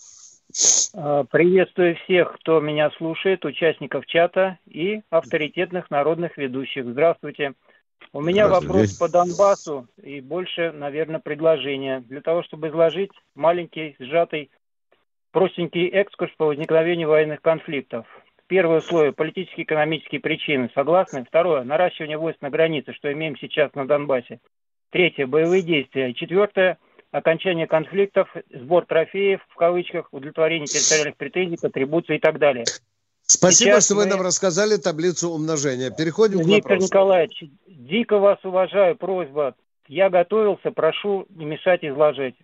Да. Приветствую всех, кто меня слушает, участников чата и авторитетных народных ведущих. Здравствуйте. У меня вопрос по Донбассу и больше, наверное, предложение. Для того, чтобы изложить маленький, сжатый, простенький экскурс по возникновению военных конфликтов. Первое условие – политические и экономические причины. Согласны? Второе – наращивание войск на границе, что имеем сейчас на Донбассе. Третье – боевые действия. Четвертое – окончание конфликтов, сбор трофеев, в кавычках, удовлетворение территориальных претензий, контрибуций и так далее. Спасибо, сейчас что вы нам рассказали таблицу умножения. Переходим к вопросу. Виктор Николаевич, дико вас уважаю, просьба. Я готовился, прошу не мешать изложить.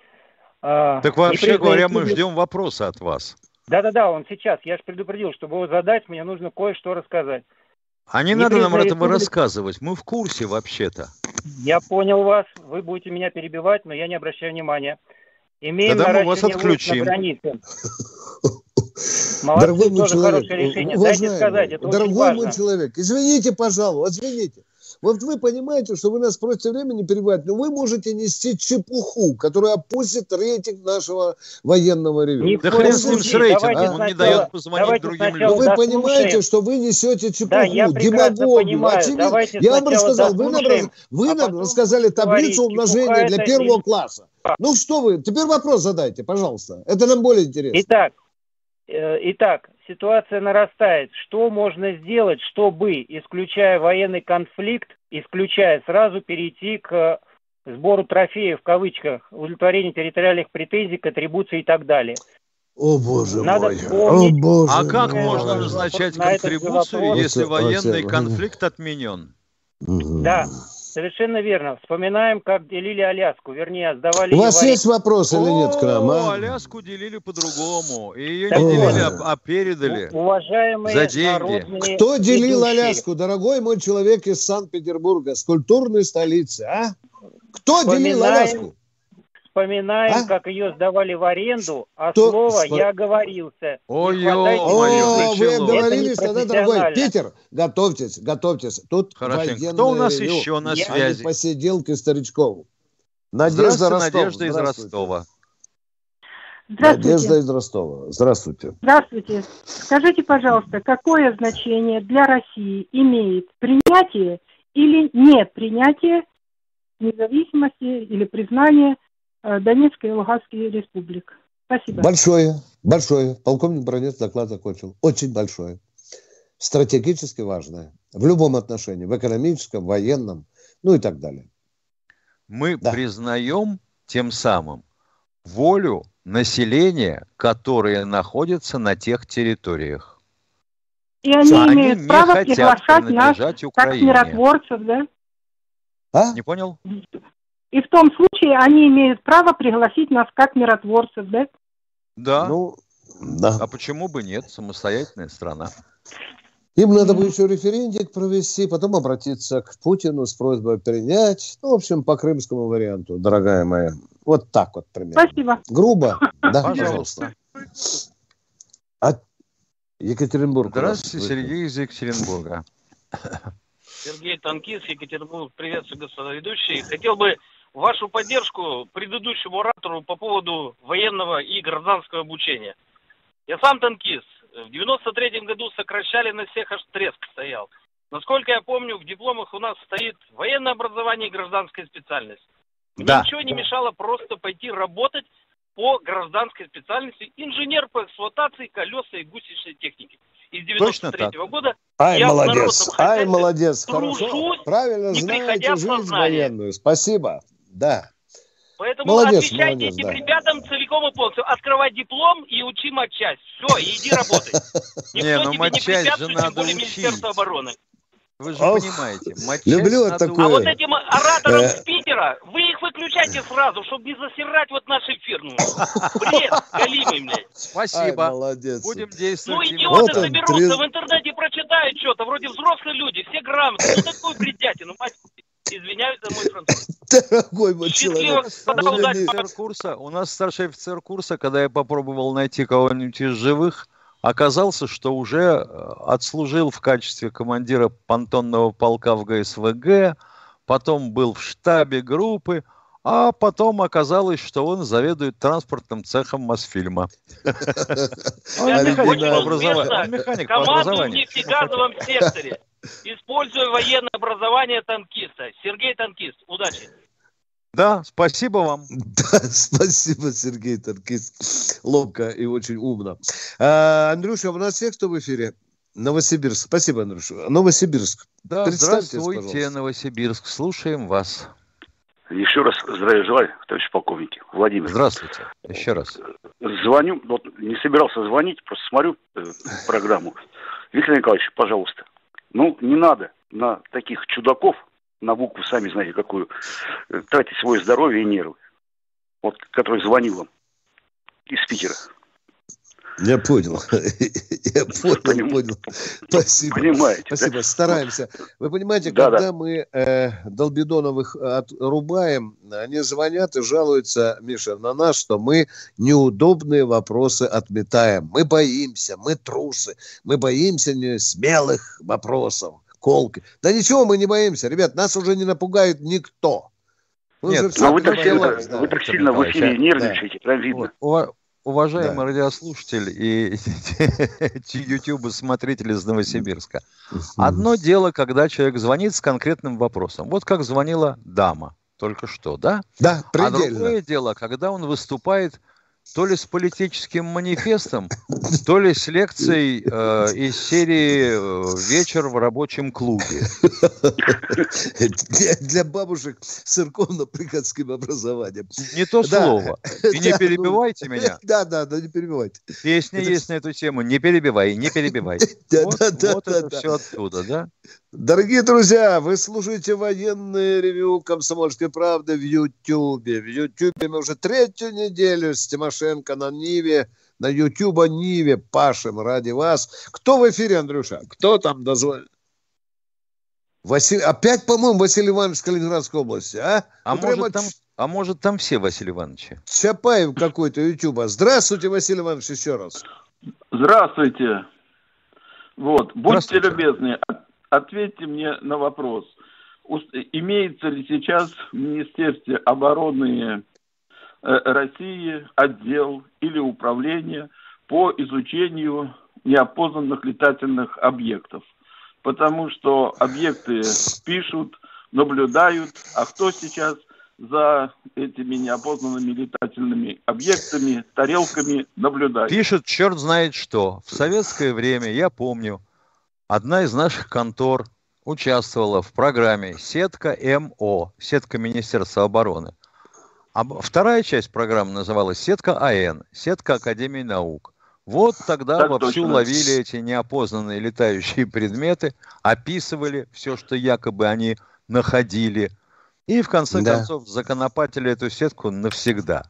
Так вообще говоря, мы ждем вопроса от вас. Да, он сейчас. Я же предупредил, чтобы его задать, мне нужно кое-что рассказать. А не надо нам этого рассказывать, мы в курсе вообще-то. Я понял вас, вы будете меня перебивать, но я не обращаю внимания. Имеем тогда мы вас отключим. Молодцы, дорогой мой человек, решение. Дайте сказать, это дорогой мой человек, извините, пожалуйста, извините. Вот вы понимаете, что вы нас просите времени перебивать, но вы можете нести чепуху, которая опустит рейтинг нашего военного ревью. Да хрен с ним с рейтингом, он не дает позвонить другим людям. Вы понимаете, что вы несете чепуху, демагогию. Я вам рассказал, вы нам рассказали таблицу умножения для первого класса. Ну что вы, теперь вопрос задайте, пожалуйста. Это нам более интересно. Итак, ситуация нарастает. Что можно сделать, чтобы, исключая военный конфликт, сразу перейти к сбору трофеев, в кавычках, удовлетворению территориальных претензий, контрибуций и так далее? О, боже мой. А как можно назначать контрибуцию, если военный конфликт отменен? Да. Совершенно верно. Вспоминаем, как делили Аляску. Вернее, сдавали... У вас есть вопрос или нет к нам? Аляску делили по-другому. И ее не делили, а передали. Уважаемые за деньги. Кто делил Аляску, дорогой мой человек из Санкт-Петербурга, с культурной столицы, а? Кто делил Аляску? Вспоминаем, как ее сдавали в аренду, слово «я оговорился». Ой-ё-моё, вы оговорились тогда, дорогой. Питер, готовьтесь. Тут хорошо. Кто у нас еще на связи? Посиделки старичков. Надежда из Ростова. Надежда из Ростова. Здравствуйте. Здравствуйте. Скажите, пожалуйста, какое значение для России имеет принятие или непринятие независимости или признание Донецкой и Луганской республик? Спасибо. Большое. Полковник Бронец доклад закончил. Очень большое. стратегически важное. В любом отношении, в экономическом, военном, ну и так далее. Мы признаем тем самым волю населения, которое находится на тех территориях. И они имеют право приглашать нас как миротворцев, да? Не понял? И в том случае они имеют право пригласить нас как миротворцев, да? Да. Ну, да. А почему бы нет? Самостоятельная страна. Им надо бы еще референдум провести, потом обратиться к Путину с просьбой принять. Ну, в общем, по крымскому варианту, дорогая моя. Вот так вот примерно. Спасибо. Грубо? Да, пожалуйста. Екатеринбург. Здравствуйте, Сергей из Екатеринбурга. Сергей Танкист, Екатеринбург. Приветствую, господа ведущие. Хотел бы вашу поддержку предыдущему оратору по поводу военного и гражданского обучения. Я сам танкист. В 93-м году сокращали на всех, аж треск стоял. Насколько я помню, в дипломах у нас стоит военное образование и гражданская специальность. Мне ничего не мешало просто пойти работать по гражданской специальности инженер по эксплуатации колеса и гусеничной техники. Из 93-го года я молодец, тружусь, правильно не знаете приходя в жизнь сознание. военную. Спасибо. Да. Поэтому отвечайте этим ребятам целиком и полностью. Открывай диплом и учи матчасть. Все, иди работай. Никто тебе не препятствует, тем более Министерство обороны. Вы же понимаете, люблю такое. А вот этим ораторам с Питера, вы их выключайте сразу, чтобы не засирать вот наши фирмы. Бред, галимый, блядь. Спасибо. Ай, молодец. Будем действовать. Ну, идиоты соберутся, в интернете прочитают что-то, вроде взрослые люди, все грамотные. Ну, такую бредятину, мать. Извиняюсь за мой француз. Дорогой мой человек. У нас старший офицер курса, когда я попробовал найти кого-нибудь из живых, оказался, что уже отслужил в качестве командира понтонного полка в ГСВГ, потом был в штабе группы, а потом оказалось, что он заведует транспортным цехом Мосфильма. Механик по образованию. В нефтегазовом секторе. Используя военное образование танкиста. Сергей Танкист, удачи. Да, спасибо вам. Да, спасибо, Сергей Танкист. Ловко и очень умно. Андрюша, у нас всех, кто в эфире? Новосибирск. Спасибо, Андрюша. Новосибирск. Да, здравствуйте, пожалуйста. Новосибирск. Слушаем вас. Еще раз здравия желаю, товарищ полковник. Владимир. Здравствуйте. Еще раз. Звоню, вот не собирался звонить, просто смотрю программу. Виктор Николаевич, пожалуйста, ну не надо на таких чудаков, на букву, сами знаете какую, тратить свое здоровье и нервы. Вот, который звонил вам из Питера. Я понял. Я понял. Спасибо. Понимаете. Спасибо. Да? Стараемся. Вы понимаете, когда мы Долбидоновых отрубаем, они звонят и жалуются, Миша, на нас, что мы неудобные вопросы отметаем. Мы боимся, мы трусы, мы боимся смелых вопросов, колки. Да ничего мы не боимся. Ребят, нас уже не напугает никто. Нет, но вы так сильно в эфире нервничаете, прям видно. Уважаемый радиослушатель и YouTube-смотритель из Новосибирска. Одно дело, когда человек звонит с конкретным вопросом. Вот как звонила дама только что, да? Да, предельно. А другое дело, когда он выступает то ли с политическим манифестом, то ли с лекцией из серии «Вечер в рабочем клубе». Для бабушек с церковно-приходским образованием. Не то слово. И не перебивайте меня. Да, не перебивайте. Песня есть на эту тему. Не перебивай, не перебивай. Вот это все оттуда, да? Дорогие друзья, вы слушаете военное ревью «Комсомольской правды» в Ютьюбе. В Ютьюбе мы уже третью неделю с Тимошенко на Ниве, на Ютьюба Ниве пашем ради вас. Кто в эфире, Андрюша? Кто там дозвонил? Опять, по-моему, Василий Иванович из Калининградской области, а? Может, там все Василий Ивановичи? Чапаев какой-то Ютьюба. Здравствуйте, Василий Иванович, еще раз. Здравствуйте. Вот, будьте любезны, ответьте мне на вопрос. Имеется ли сейчас в Министерстве обороны России отдел или управление по изучению неопознанных летательных объектов? Потому что объекты пишут, наблюдают, а кто сейчас за этими неопознанными летательными объектами, тарелками наблюдает? Пишет черт знает что. В советское время, я помню, одна из наших контор участвовала в программе «Сетка МО», «Сетка Министерства обороны». А вторая часть программы называлась «Сетка АН», «Сетка Академии наук». Вот тогда Так вовсю точно. ловили эти неопознанные летающие предметы, описывали все, что якобы они находили, и в конце концов законопатили эту сетку навсегда.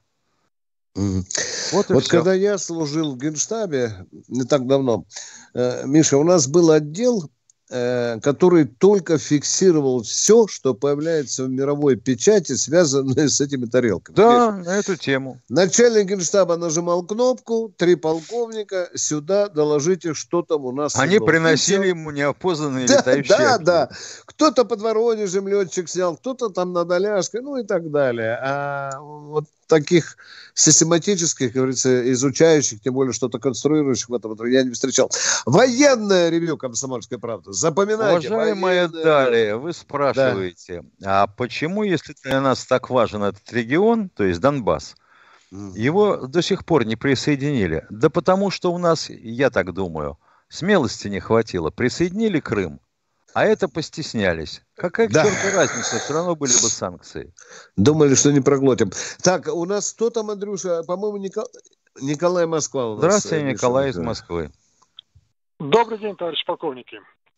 Вот когда я служил в Генштабе не так давно, Миша, у нас был отдел, который только фиксировал все, что появляется в мировой печати, связанное с этими тарелками. Да, на эту тему. Начальник Генштаба нажимал кнопку, 3 полковника, сюда доложите, что там у нас. Они приносили ему неопознанные летающие объекты. Да. Кто-то под Воронежем летчик снял, кто-то там над Аляской, ну и так далее. А вот таких систематических, как говорится, изучающих, тем более что-то конструирующих в этом я не встречал. Военное ревью «Комсомольской правды». Запоминайте. Уважаемая Далия, вы спрашиваете, а почему, если для нас так важен этот регион, то есть Донбасс, его до сих пор не присоединили? Да потому что у нас, я так думаю, смелости не хватило. Присоединили Крым, а это постеснялись. Какая к черту разница? Все равно были бы санкции. Думали, что не проглотим. Так, у нас кто там, Андрюша? По-моему, Николай Москва у нас. Здравствуйте, Николай из Москвы. Добрый день, товарищ полковники.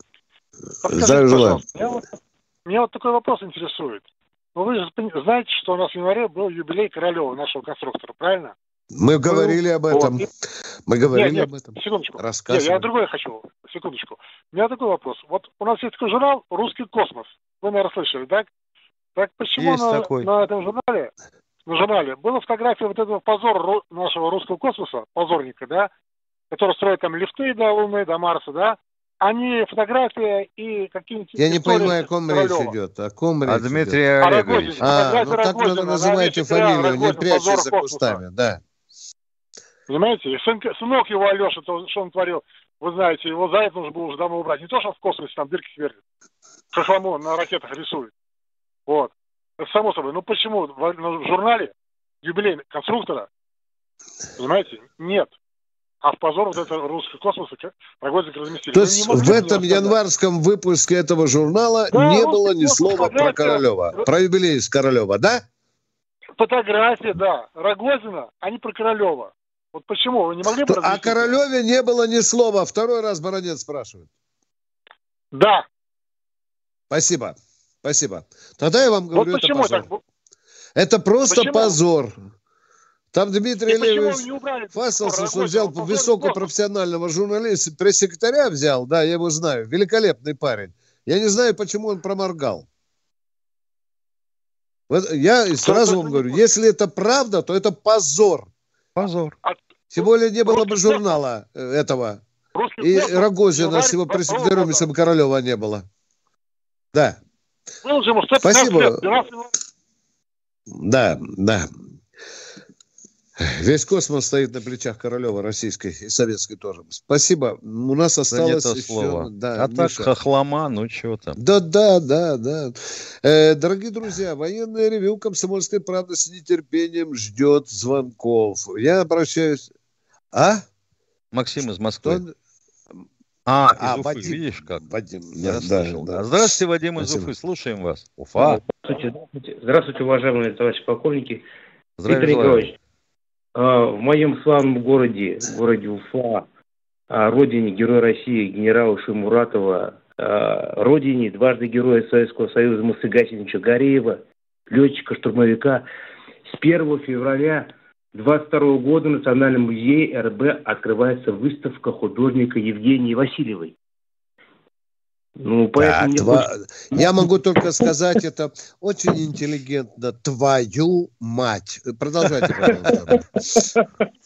Здравия желаю. Меня вот такой вопрос интересует. Вы же знаете, что у нас в январе был юбилей Королева, нашего конструктора, правильно? Мы говорили об этом. Мы говорили об этом. Секундочку. Рассказывали. Я другое хочу. Секундочку. У меня такой вопрос. Вот у нас есть такой журнал «Русский космос». Вы, наверное, слышали, так? Так почему на этом журнале была фотография вот этого позора нашего русского космоса, позорника, да, который строит там лифты до Луны, до Марса, да? А не фотография и какие-нибудь... Я не понимаю, о ком речь идет. О ком речь Дмитрий Олегович. Ну так надо называйте фамилию, не прячьте за кустами, да. Понимаете? И сынок его, Алеша, то, что он творил, вы знаете, его за это нужно было уже давно убрать. Не то, что он в космосе там дырки сверлит. Хохлому на ракетах рисует. Вот. Это само собой. Ну почему в журнале юбилей конструктора, понимаете, нет. А в позор вот этого русского космоса Рогозик разместили. То есть в этом январском выпуске этого журнала не было ни слова про Королева. Про юбилей с Королева, да? Фотография, да. Рогозина, а не про Королева. Вот почему? Вы не могли бы разъяснить? О Королеве не было ни слова. Второй раз Баранец спрашивает. Да. Спасибо. Тогда я вам говорю, вот это позор. Это просто позор. Там Дмитрий Олегович фасался, что взял высокопрофессионального журналиста, пресс-секретаря взял, да, я его знаю, великолепный парень. Я не знаю, почему он проморгал. Вот я сразу вам говорю, если это правда, то это позор. Позор. Тем более не было бы журнала этого. И Рогозина с его пресс-секретарем, если бы Королева не было. Да. Спасибо. Да. Весь космос стоит на плечах Королева, российской и советской тоже. Спасибо. У нас осталось еще... Слово. Да, так хохлома, ну что там. Да. Дорогие друзья, военное ревью «Комсомольской правды» с нетерпением ждет звонков. Я обращаюсь... Максим из Москвы. Из Уфы, Вадим. Видишь как? Вадим, да. Здравствуйте, Вадим из Уфы, слушаем вас. Уфа. Здравствуйте, уважаемые товарищи полковники. Виктор Николаевич, в моем славном городе Уфа, родине Героя России генерала Шаймуратова, родине дважды Героя Советского Союза Мусы Гасимовича Гореева, летчика-штурмовика, с 1 февраля 22 года в Национальном музее РБ открывается выставка художника Евгении Васильевой. Ну, поэтому я могу только сказать, это очень интеллигентно. Твою мать. Продолжайте, пожалуйста.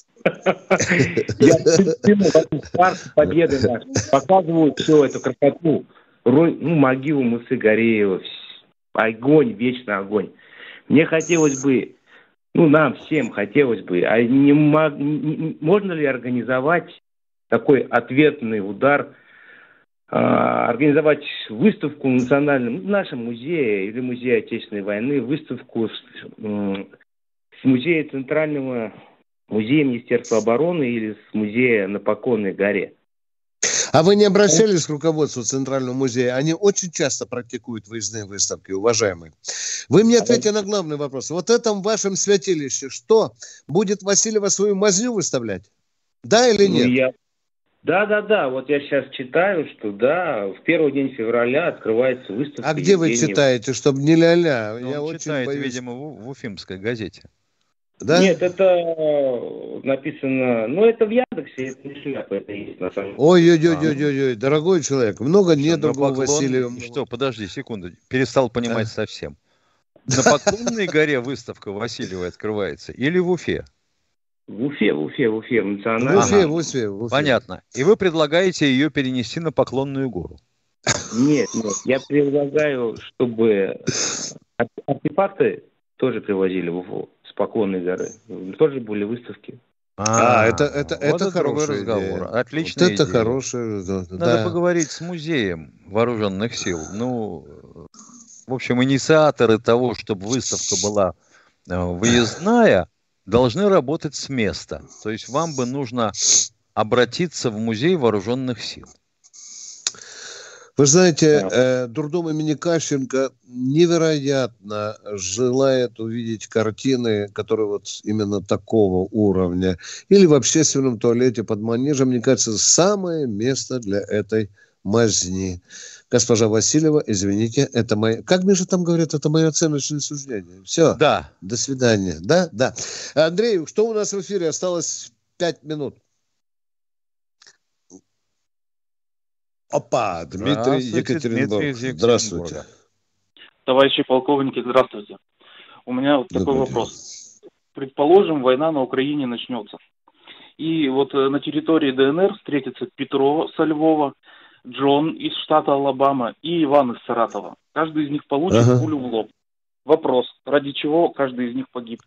Я парк Победы показывают всю эту красоту. Могилу Мусы Гореева. Огонь, вечный огонь. Мне хотелось бы, нам всем хотелось бы, можно ли организовать такой ответный удар, организовать выставку в нашем музее или музее Отечественной войны, выставку с музея Центрального музея Министерства обороны или с музея на Покойной горе. А вы не обращались к руководству Центрального музея? Они очень часто практикуют выездные выставки, уважаемые. Вы мне ответьте на главный вопрос. Вот в этом вашем святилище что? Будет Васильева свою мазню выставлять? Да или нет? Да. Вот я сейчас читаю, что да, в первый день февраля открывается выставка. А где вы читаете, чтобы не ля-ля? Я очень читает, боюсь. Видимо, в Уфимской газете. Да? Нет, это написано, это в Яндексе, это не шляпа, это есть на самом деле. Ой, дорогой человек, много недругов Васильева. Что, подожди секунду, перестал понимать совсем. На Поклонной горе выставка Васильевой открывается или в Уфе? В Уфе, национальная. В Уфе. Понятно. И вы предлагаете ее перенести на Поклонную гору? Нет, я предлагаю, чтобы артефакты тоже привозили в Уфу с Поклонной горы. Тоже были выставки. Это хороший разговор. Отличная идея. Это хорошая. Надо поговорить с музеем вооруженных сил. В общем, инициаторы того, чтобы выставка была выездная, должны работать с места. То есть вам бы нужно обратиться в музей вооруженных сил. Вы знаете, дурдом имени Кащенко невероятно желает увидеть картины, которые вот именно такого уровня. Или в общественном туалете под манежем, мне кажется, самое место для этой мазни. Госпожа Васильева, извините, это моя... Как Миша там говорит, это мое оценочное суждение. Все. Да. До свидания. Да. Андрей, что у нас в эфире? Осталось 5 минут. Опа, Дмитрий Екатеринбург. Здравствуйте. Товарищи полковники, здравствуйте. У меня вот такой вопрос. Предположим, война на Украине начнется. И вот на территории ДНР встретятся Петро со Львова, Джон из штата Алабама и Иван из Саратова. Каждый из них получит пулю в лоб. Вопрос, ради чего каждый из них погиб?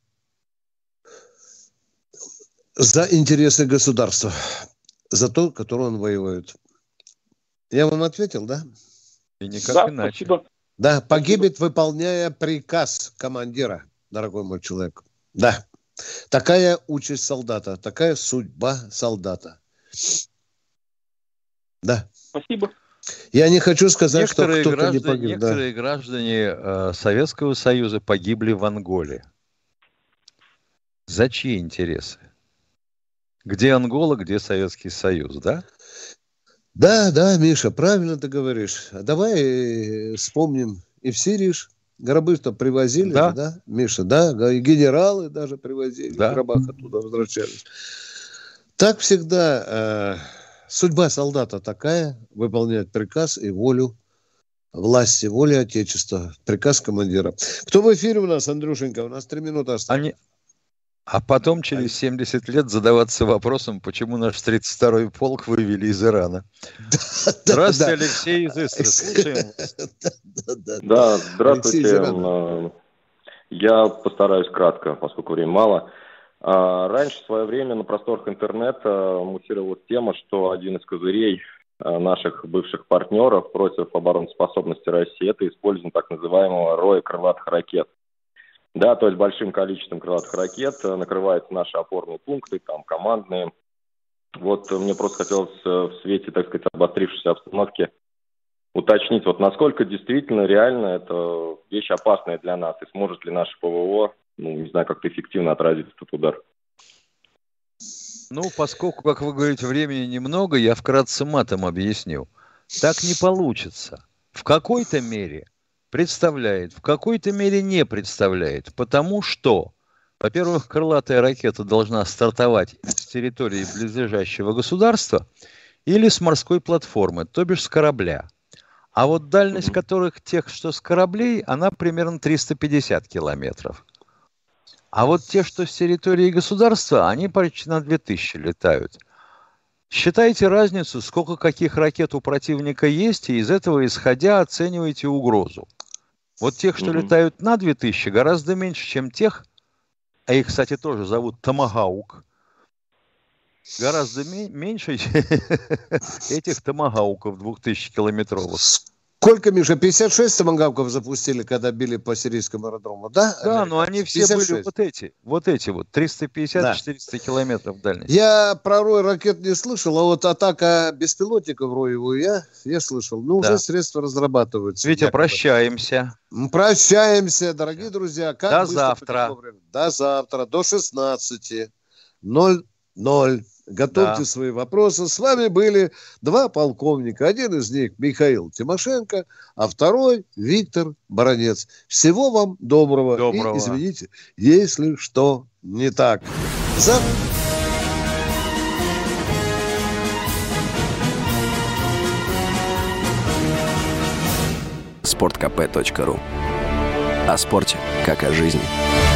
За интересы государства. За то, которое он воюет. Я вам ответил, да? И никак иначе. Спасибо. Да, погибнет, выполняя приказ командира, дорогой мой человек. Да. Такая участь солдата, такая судьба солдата. Да. Спасибо. Я не хочу сказать, что кто-то не погиб. Некоторые граждане Советского Союза погибли в Анголе. За чьи интересы? Где Ангола, где Советский Союз, да? Да, Миша, правильно ты говоришь. Давай вспомним. И в Сирии гробы-то привозили, да, Миша, да? И генералы даже привозили, в гробах оттуда возвращались. Так всегда судьба солдата такая, выполнять приказ и волю власти, волю Отечества, приказ командира. Кто в эфире у нас, Андрюшенька? У нас 3 минуты осталось. А потом через 70 лет задаваться вопросом, почему наш 32-й полк вывели из Ирана. Здравствуйте, Алексей из Истры. Слушаем вас. Да, здравствуйте. Я постараюсь кратко, поскольку времени мало. Раньше, в свое время, на просторах интернета муссировалась тема, что один из козырей наших бывших партнеров против обороноспособности России – это использование так называемого роя крылатых ракет. Да, то есть большим количеством крылатых ракет накрываются наши опорные пункты, там, командные. Вот мне просто хотелось в свете, так сказать, обострившейся обстановки уточнить, вот насколько действительно реально это вещь опасная для нас, и сможет ли наше ПВО, не знаю, как-то эффективно отразить этот удар. Поскольку, как вы говорите, времени немного, я вкратце матом объясню. Так не получится. В какой-то мере представляет, в какой-то мере не представляет, потому что, во-первых, крылатая ракета должна стартовать с территории близлежащего государства или с морской платформы, то бишь с корабля. А вот дальность которых тех, что с кораблей, она примерно 350 километров. А вот те, что с территории государства, они почти на 2000 летают. Считайте разницу, сколько каких ракет у противника есть, и из этого исходя оценивайте угрозу. Вот тех, что летают на 2000, гораздо меньше, чем тех, а их, кстати, тоже зовут Томагаук, гораздо меньше этих Томагауков 2000-километровых. Сколько, Миша, 56 томагавков запустили, когда били по сирийскому аэродрому, да? Да, но они все 56. Были вот эти 350-400 километров дальности. Я про рой ракет не слышал, а вот атака беспилотников роевую я слышал. Ну, уже средства разрабатываются. Витя, якобы. Прощаемся. Прощаемся, дорогие друзья. Как до завтра. До завтра, до 16:00. Готовьте свои вопросы. С вами были два полковника. Один из них Михаил Тимошенко, а второй Виктор Баранец. Всего вам доброго. И извините, если что не так. Sportkp.ru. О спорте, как о жизни.